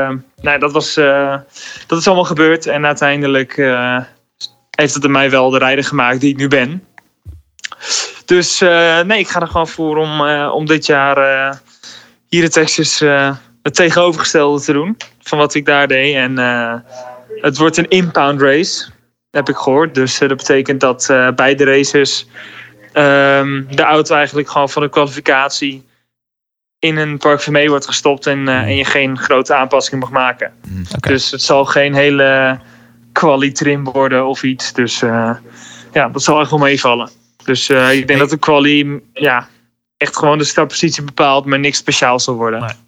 dat is allemaal gebeurd. En uiteindelijk heeft het mij wel de rijder gemaakt die ik nu ben. Dus ik ga er gewoon voor om dit jaar hier in Texas het tegenovergestelde te doen van wat ik daar deed. En het wordt een impound race. Heb ik gehoord. Dus dat betekent dat bij de races de auto eigenlijk gewoon van de kwalificatie in een Parc Fermé wordt gestopt en je geen grote aanpassingen mag maken. Okay. Dus het zal geen hele quali-trim worden of iets. Dus dat zal echt wel meevallen. Dus ik denk dat de quali echt gewoon de startpositie bepaalt, maar niks speciaals zal worden. Nee.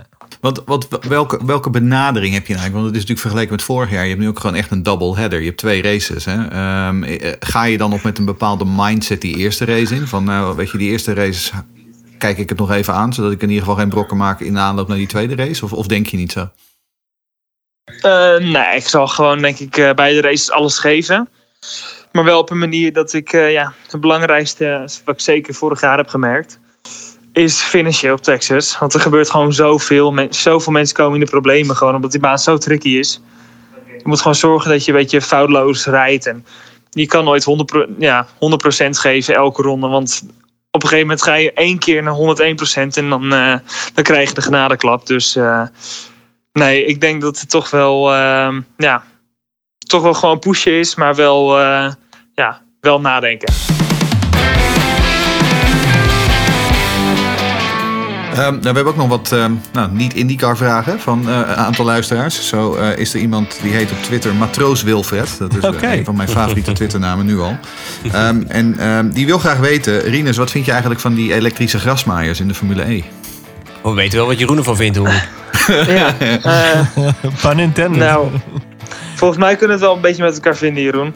Welke benadering heb je eigenlijk? Want het is natuurlijk vergeleken met vorig jaar. Je hebt nu ook gewoon echt een double header. Je hebt 2 races. Hè? Ga je dan nog met een bepaalde mindset die eerste race in? Van die eerste race kijk ik het nog even aan, zodat ik in ieder geval geen brokken maak in de aanloop naar die tweede race? Of denk je niet zo? Nee, ik zal gewoon denk ik bij de races alles geven. Maar wel op een manier dat ik het belangrijkste, wat ik zeker vorig jaar heb gemerkt, is finishen op Texas. Want er gebeurt gewoon zoveel. Zoveel mensen komen in de problemen gewoon omdat die baan zo tricky is. Je moet gewoon zorgen dat je een beetje foutloos rijdt. En je kan nooit 100% geven elke ronde. Want op een gegeven moment ga je 1 keer naar 101% en dan krijg je de genadeklap. Dus nee, ik denk dat het toch wel gewoon pushen is. Maar wel nadenken. We hebben ook nog wat niet-IndyCar vragen van een aantal luisteraars. Zo is er iemand die heet op Twitter Matroos Wilfred. Dat is een van mijn favoriete Twitternamen nu al. Die wil graag weten, Rinus, wat vind je eigenlijk van die elektrische grasmaaiers in de Formule E? We weten wel wat Jeroen ervan vindt, hoor. Ja. Van Nintendo. Nou, volgens mij kunnen we het wel een beetje met elkaar vinden, Jeroen.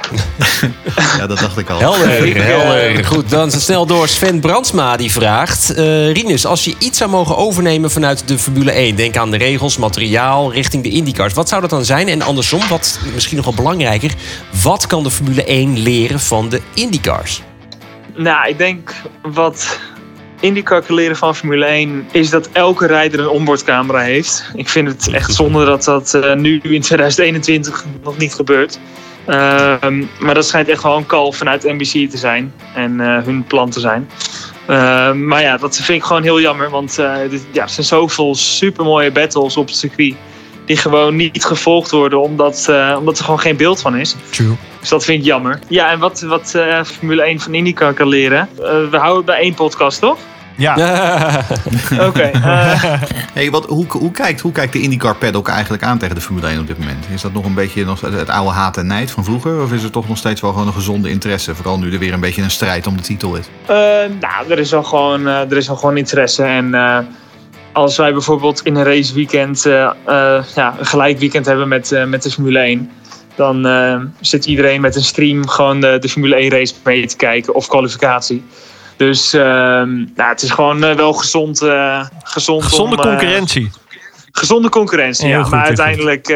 Ja, dat dacht ik al. Helder. Goed, dan snel door. Sven Brandsma die vraagt... Rinus, als je iets zou mogen overnemen vanuit de Formule 1... denk aan de regels, materiaal, richting de IndyCars. Wat zou dat dan zijn? En andersom, wat misschien nog wel belangrijker... wat kan de Formule 1 leren van de IndyCars? Nou, ik denk wat IndyCar kan leren van Formule 1... is dat elke rijder een onboardcamera heeft. Ik vind het echt zonde dat dat nu in 2021 nog niet gebeurt. Maar dat schijnt echt wel een call vanuit NBC te zijn. En hun plan te zijn. Maar ja, dat vind ik gewoon heel jammer. Want er zijn zoveel supermooie battles op het circuit. Die gewoon niet gevolgd worden. Omdat er gewoon geen beeld van is. True. Dus dat vind ik jammer. Ja, en wat Formule 1 van IndyCar kan leren. We houden het bij 1 podcast, toch? Ja. Oké. Hey, hoe kijkt de IndyCar paddock eigenlijk aan tegen de Formule 1 op dit moment? Is dat nog een beetje het oude haat en nijd van vroeger? Of is er toch nog steeds wel gewoon een gezonde interesse? Vooral nu er weer een beetje een strijd om de titel is. Er is wel gewoon interesse. En als wij bijvoorbeeld in een raceweekend een gelijk weekend hebben met de Formule 1... dan zit iedereen met een stream gewoon de Formule 1 race mee te kijken of kwalificatie. Dus het is gewoon wel gezond. Gezonde concurrentie. Gezonde concurrentie, heel ja. Goed, maar uiteindelijk,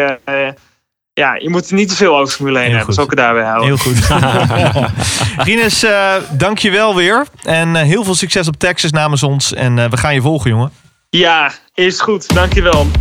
je moet er niet te veel over Formule 1 hebben. Zal ik het daarbij houden. Heel goed. Rinus, dank je wel weer. En heel veel succes op Texas namens ons. En we gaan je volgen, jongen. Ja, is goed. Dank je wel.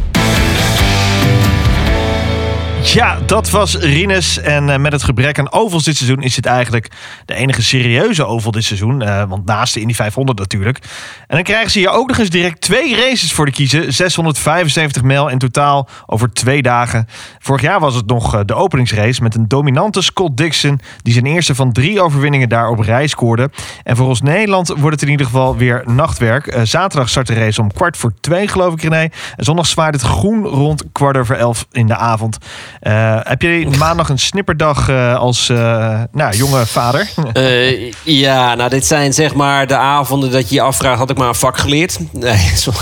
Ja, dat was Rinus. En met het gebrek aan ovals dit seizoen is dit eigenlijk de enige serieuze oval dit seizoen. Want naast de Indy 500 natuurlijk. En dan krijgen ze hier ook nog eens direct 2 races voor de kiezen. 675 mijl in totaal over 2 dagen. Vorig jaar was het nog de openingsrace met een dominante Scott Dixon, die zijn eerste van 3 overwinningen daar op rij scoorde. En voor ons Nederland wordt het in ieder geval weer nachtwerk. Zaterdag start de race om 2:15 geloof ik, René. En zondag zwaait het groen rond 11:15 in de avond. Heb je maandag een snipperdag als jonge vader? Dit zijn zeg maar de avonden dat je je afvraagt... had ik maar een vak geleerd? Nee, sorry.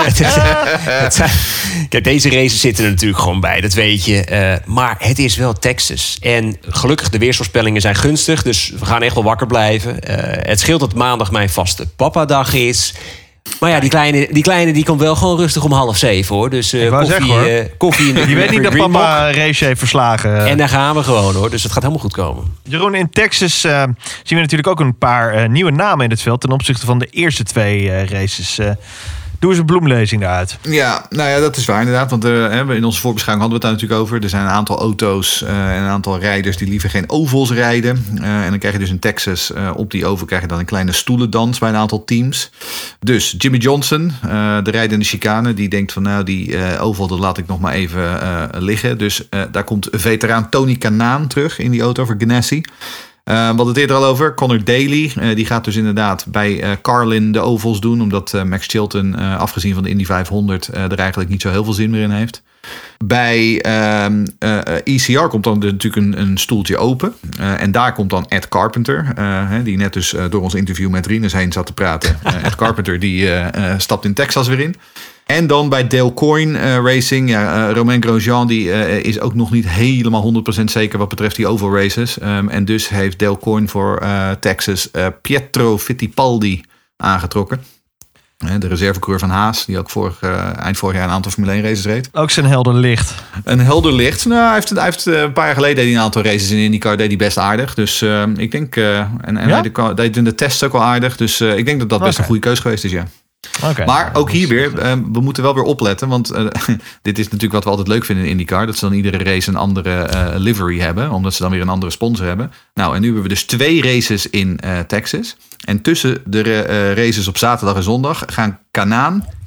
Kijk, deze races zitten er natuurlijk gewoon bij, dat weet je. Maar het is wel Texas. En gelukkig, de weersvoorspellingen zijn gunstig... dus we gaan echt wel wakker blijven. Het scheelt dat maandag mijn vaste papadag is... Maar ja, die kleine die komt wel gewoon rustig om 6:30, hoor. Dus koffie in de Je weet niet dat papa een race heeft verslagen. En daar gaan we gewoon, hoor. Dus het gaat helemaal goed komen. Jeroen, in Texas zien we natuurlijk ook een paar nieuwe namen in het veld... ten opzichte van de eerste 2 races. Doe eens een bloemlezing daaruit. Ja, dat is waar inderdaad. Want in onze voorbeschouwing hadden we het daar natuurlijk over. Er zijn een aantal auto's en een aantal rijders die liever geen ovals rijden. En dan krijg je dus in Texas op die oval krijg je dan een kleine stoelendans bij een aantal teams. Dus Jimmy Johnson, de rijder in de chicane, die denkt van die oval dat laat ik nog maar even liggen. Dus daar komt veteraan Tony Kanaan terug in die auto voor Ganassi. We hadden het eerder al over. Connor Daly. Die gaat dus inderdaad bij Carlin de ovals doen. Omdat Max Chilton, afgezien van de Indy 500... er eigenlijk niet zo heel veel zin meer in heeft. Bij ECR komt dan natuurlijk een stoeltje open. En daar komt dan Ed Carpenter. Die net dus door ons interview met Rinus heen zat te praten. Ed Carpenter die stapt in Texas weer in. En dan bij Dale Coyne Racing. Romain Grosjean die is ook nog niet helemaal 100% zeker wat betreft die oval races. En dus heeft Dale Coyne voor Texas Pietro Fittipaldi aangetrokken. De reservecoureur van Haas, die ook eind vorig jaar een aantal Formule 1 races reed. Ook zijn helder licht. Een helder licht. Nou, hij heeft een paar jaar geleden deed hij een aantal races in IndyCar, deed hij best aardig. Dus ik denk, hij deed in de tests ook wel aardig. Dus ik denk dat best een goede keus geweest is, ja. Okay. Maar ook hier weer, we moeten wel weer opletten. Want dit is natuurlijk wat we altijd leuk vinden in IndyCar. Dat ze dan iedere race een andere livery hebben. Omdat ze dan weer een andere sponsor hebben. Nou, en nu hebben we dus 2 races in Texas. En tussen de races op zaterdag en zondag gaan Kanaan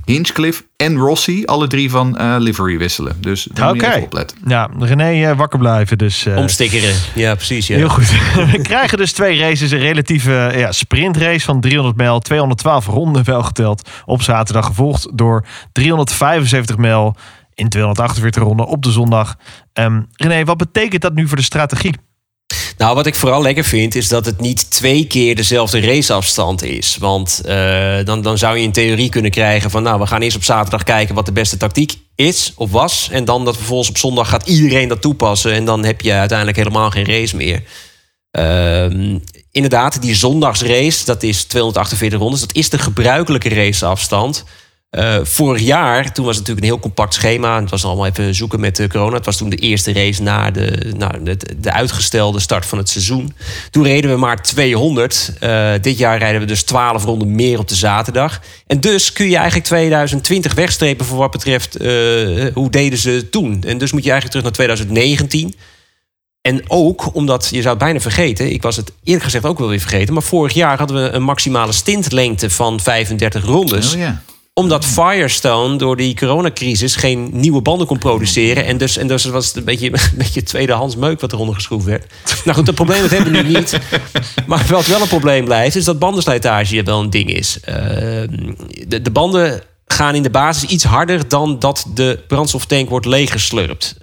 Hinchcliffe en Rossi, alle 3 van livery wisselen. Dus daar moet je even opletten. Ja, René, wakker blijven. Dus, omstikkeren. Ja, precies. Ja. Heel goed. We krijgen dus 2 races. Een relatieve sprintrace van 300 mijl. 212 ronden wel geteld op zaterdag. Gevolgd door 375 mijl in 248 ronden op de zondag. René, wat betekent dat nu voor de strategie? Nou, wat ik vooral lekker vind, is dat het niet 2 keer dezelfde raceafstand is. Want dan zou je in theorie kunnen krijgen van... nou, we gaan eerst op zaterdag kijken wat de beste tactiek is of was. En dan dat vervolgens op zondag gaat iedereen dat toepassen. En dan heb je uiteindelijk helemaal geen race meer. Inderdaad, die zondagsrace, dat is 248 rondes. Dat is de gebruikelijke raceafstand. Vorig jaar, toen was het natuurlijk een heel compact schema. Het was allemaal even zoeken met corona. Het was toen de eerste race na de uitgestelde start van het seizoen. Toen reden we maar 200. Dit jaar rijden we dus 12 ronden meer op de zaterdag. En dus kun je eigenlijk 2020 wegstrepen voor wat betreft hoe deden ze toen. En dus moet je eigenlijk terug naar 2019. En ook, omdat, je zou het bijna vergeten... ik was het eerlijk gezegd ook wel weer vergeten... maar vorig jaar hadden we een maximale stintlengte van 35 rondes... Oh, yeah. Omdat Firestone door die coronacrisis geen nieuwe banden kon produceren. En dus was het een beetje tweedehands meuk wat eronder geschroefd werd. Nou goed, dat probleem hebben we nu niet. Maar wat wel een probleem blijft, is dat bandenslijtage wel een ding is. De banden gaan in de basis iets harder dan dat de brandstoftank wordt leeggeslurpt.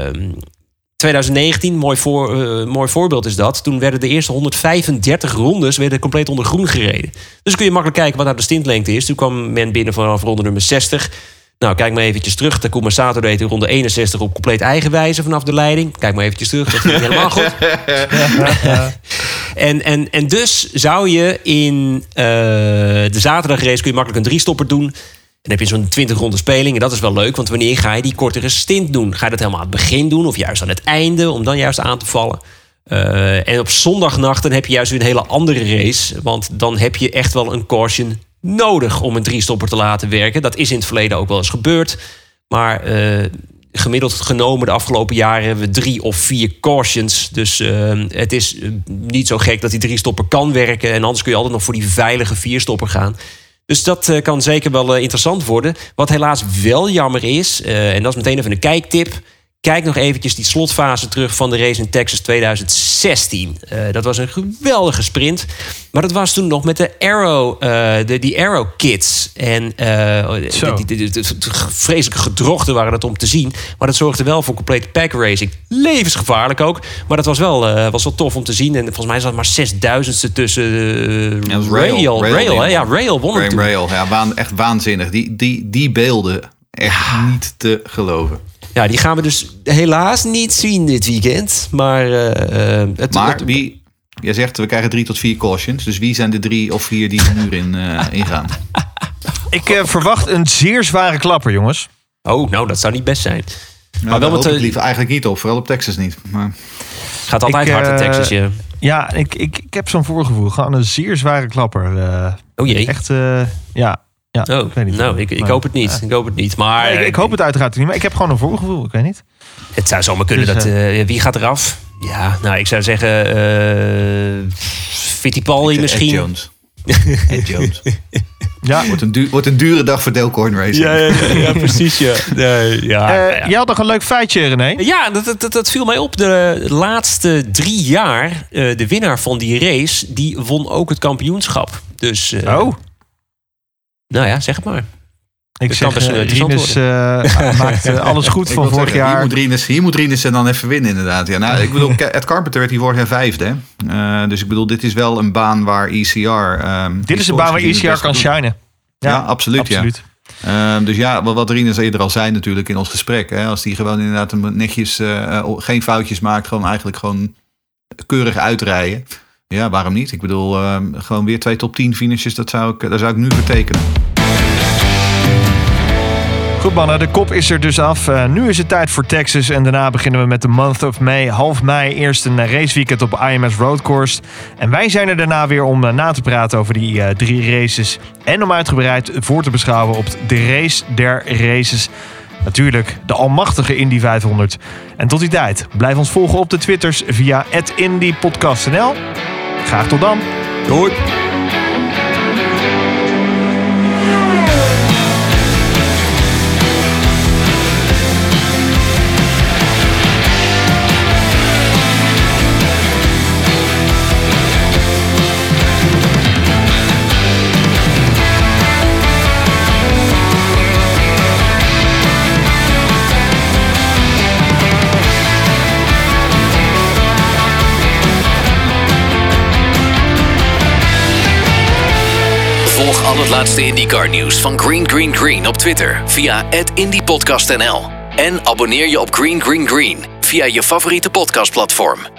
2019, mooi voorbeeld is dat. Toen werden de eerste 135 rondes compleet onder groen gereden. Dus kun je makkelijk kijken wat nou de stintlengte is. Toen kwam men binnen vanaf ronde nummer 60. Nou, kijk maar eventjes terug. Takuma Sato reed in ronde 61 op compleet eigen wijze vanaf de leiding. Kijk maar eventjes terug, dat ging helemaal goed. En dus zou je in de zaterdagrace kun je makkelijk een 3-stopper doen. Dan heb je zo'n 20 ronden speling. En dat is wel leuk, want wanneer ga je die kortere stint doen? Ga je dat helemaal aan het begin doen of juist aan het einde... om dan juist aan te vallen? En op zondagnacht dan heb je juist weer een hele andere race. Want dan heb je echt wel een caution nodig om een 3-stopper te laten werken. Dat is in het verleden ook wel eens gebeurd. Maar gemiddeld genomen de afgelopen jaren hebben we 3 of 4 cautions. Dus het is niet zo gek dat die 3-stopper kan werken. En anders kun je altijd nog voor die veilige 4-stopper gaan... Dus dat kan zeker wel interessant worden. Wat helaas wel jammer is, en dat is meteen even een kijktip... kijk nog eventjes die slotfase terug van de race in Texas 2016. Dat was een geweldige sprint. Maar dat was toen nog met de Arrow, die Arrow Kids. En vreselijke gedrochten waren dat om te zien. Maar dat zorgde wel voor complete pack racing. Levensgevaarlijk ook. Maar dat was wel tof om te zien. En volgens mij zat maar 6.000ste tussen Rail won het toen. Rail, ja, echt waanzinnig. Die beelden, echt niet te geloven. Ja, die gaan we dus helaas niet zien dit weekend. Maar jij zegt we krijgen 3 tot 4 cautions. Dus wie zijn de 3 of 4 die de muur in gaan? Ik verwacht een zeer zware klapper, jongens. Oh, nou, dat zou niet best zijn. Nou, maar wel hoop ik liever eigenlijk niet op. Vooral op Texas niet. Maar... Gaat altijd hard in Texas, ja. Ja, ik heb zo'n voorgevoel. Gewoon een zeer zware klapper. Oh jee. Echt, ja. Ja, ik weet niet. Nou, ik hoop het niet. Ik hoop het niet. Maar ik hoop het uiteraard niet. Maar ik heb gewoon een voorgevoel. Ik weet niet. Het zou zomaar kunnen dat... wie gaat eraf? Ja, nou, ik zou zeggen... Fittipaldi misschien. Ed Jones. Ja. Wordt een dure dag voor Dale Coyne Racing. Ja, precies, ja. Jij had nog een leuk feitje, René. Ja, dat viel mij op. De laatste 3 jaar, de winnaar van die race... die won ook het kampioenschap. Dus... Nou ja, zeg het maar. Ik zeg, Rinus maakt alles goed van vorig jaar. Hier moet Rinus dan even winnen, inderdaad. Ja, nou, ik bedoel, Ed Carpenter werd hier vorig jaar 5e. Dus ik bedoel, dit is wel een baan waar ECR... dit is een baan waar ECR kan shinen. Ja, absoluut. Ja. Dus ja, wat Rinus eerder al zei natuurlijk in ons gesprek. Hè, als die gewoon inderdaad netjes geen foutjes maakt... gewoon keurig uitrijden... Ja, waarom niet? Ik bedoel, gewoon weer 2 top 10 finishes, daar zou ik nu voor tekenen. Goed mannen, de kop is er dus af. Nu is het tijd voor Texas en daarna beginnen we met de month of May. Half mei eerst een raceweekend op IMS Road Course. En wij zijn er daarna weer om na te praten over die 3 races. En om uitgebreid voor te beschouwen op de race der races. Natuurlijk de almachtige Indy 500. En tot die tijd, blijf ons volgen op de Twitters via @IndyPodcastNL. Graag tot dan. Doei. Volg al het laatste IndyCar nieuws van Green Green Green op Twitter via @IndyPodcastNL. En abonneer je op Green Green Green via je favoriete podcastplatform.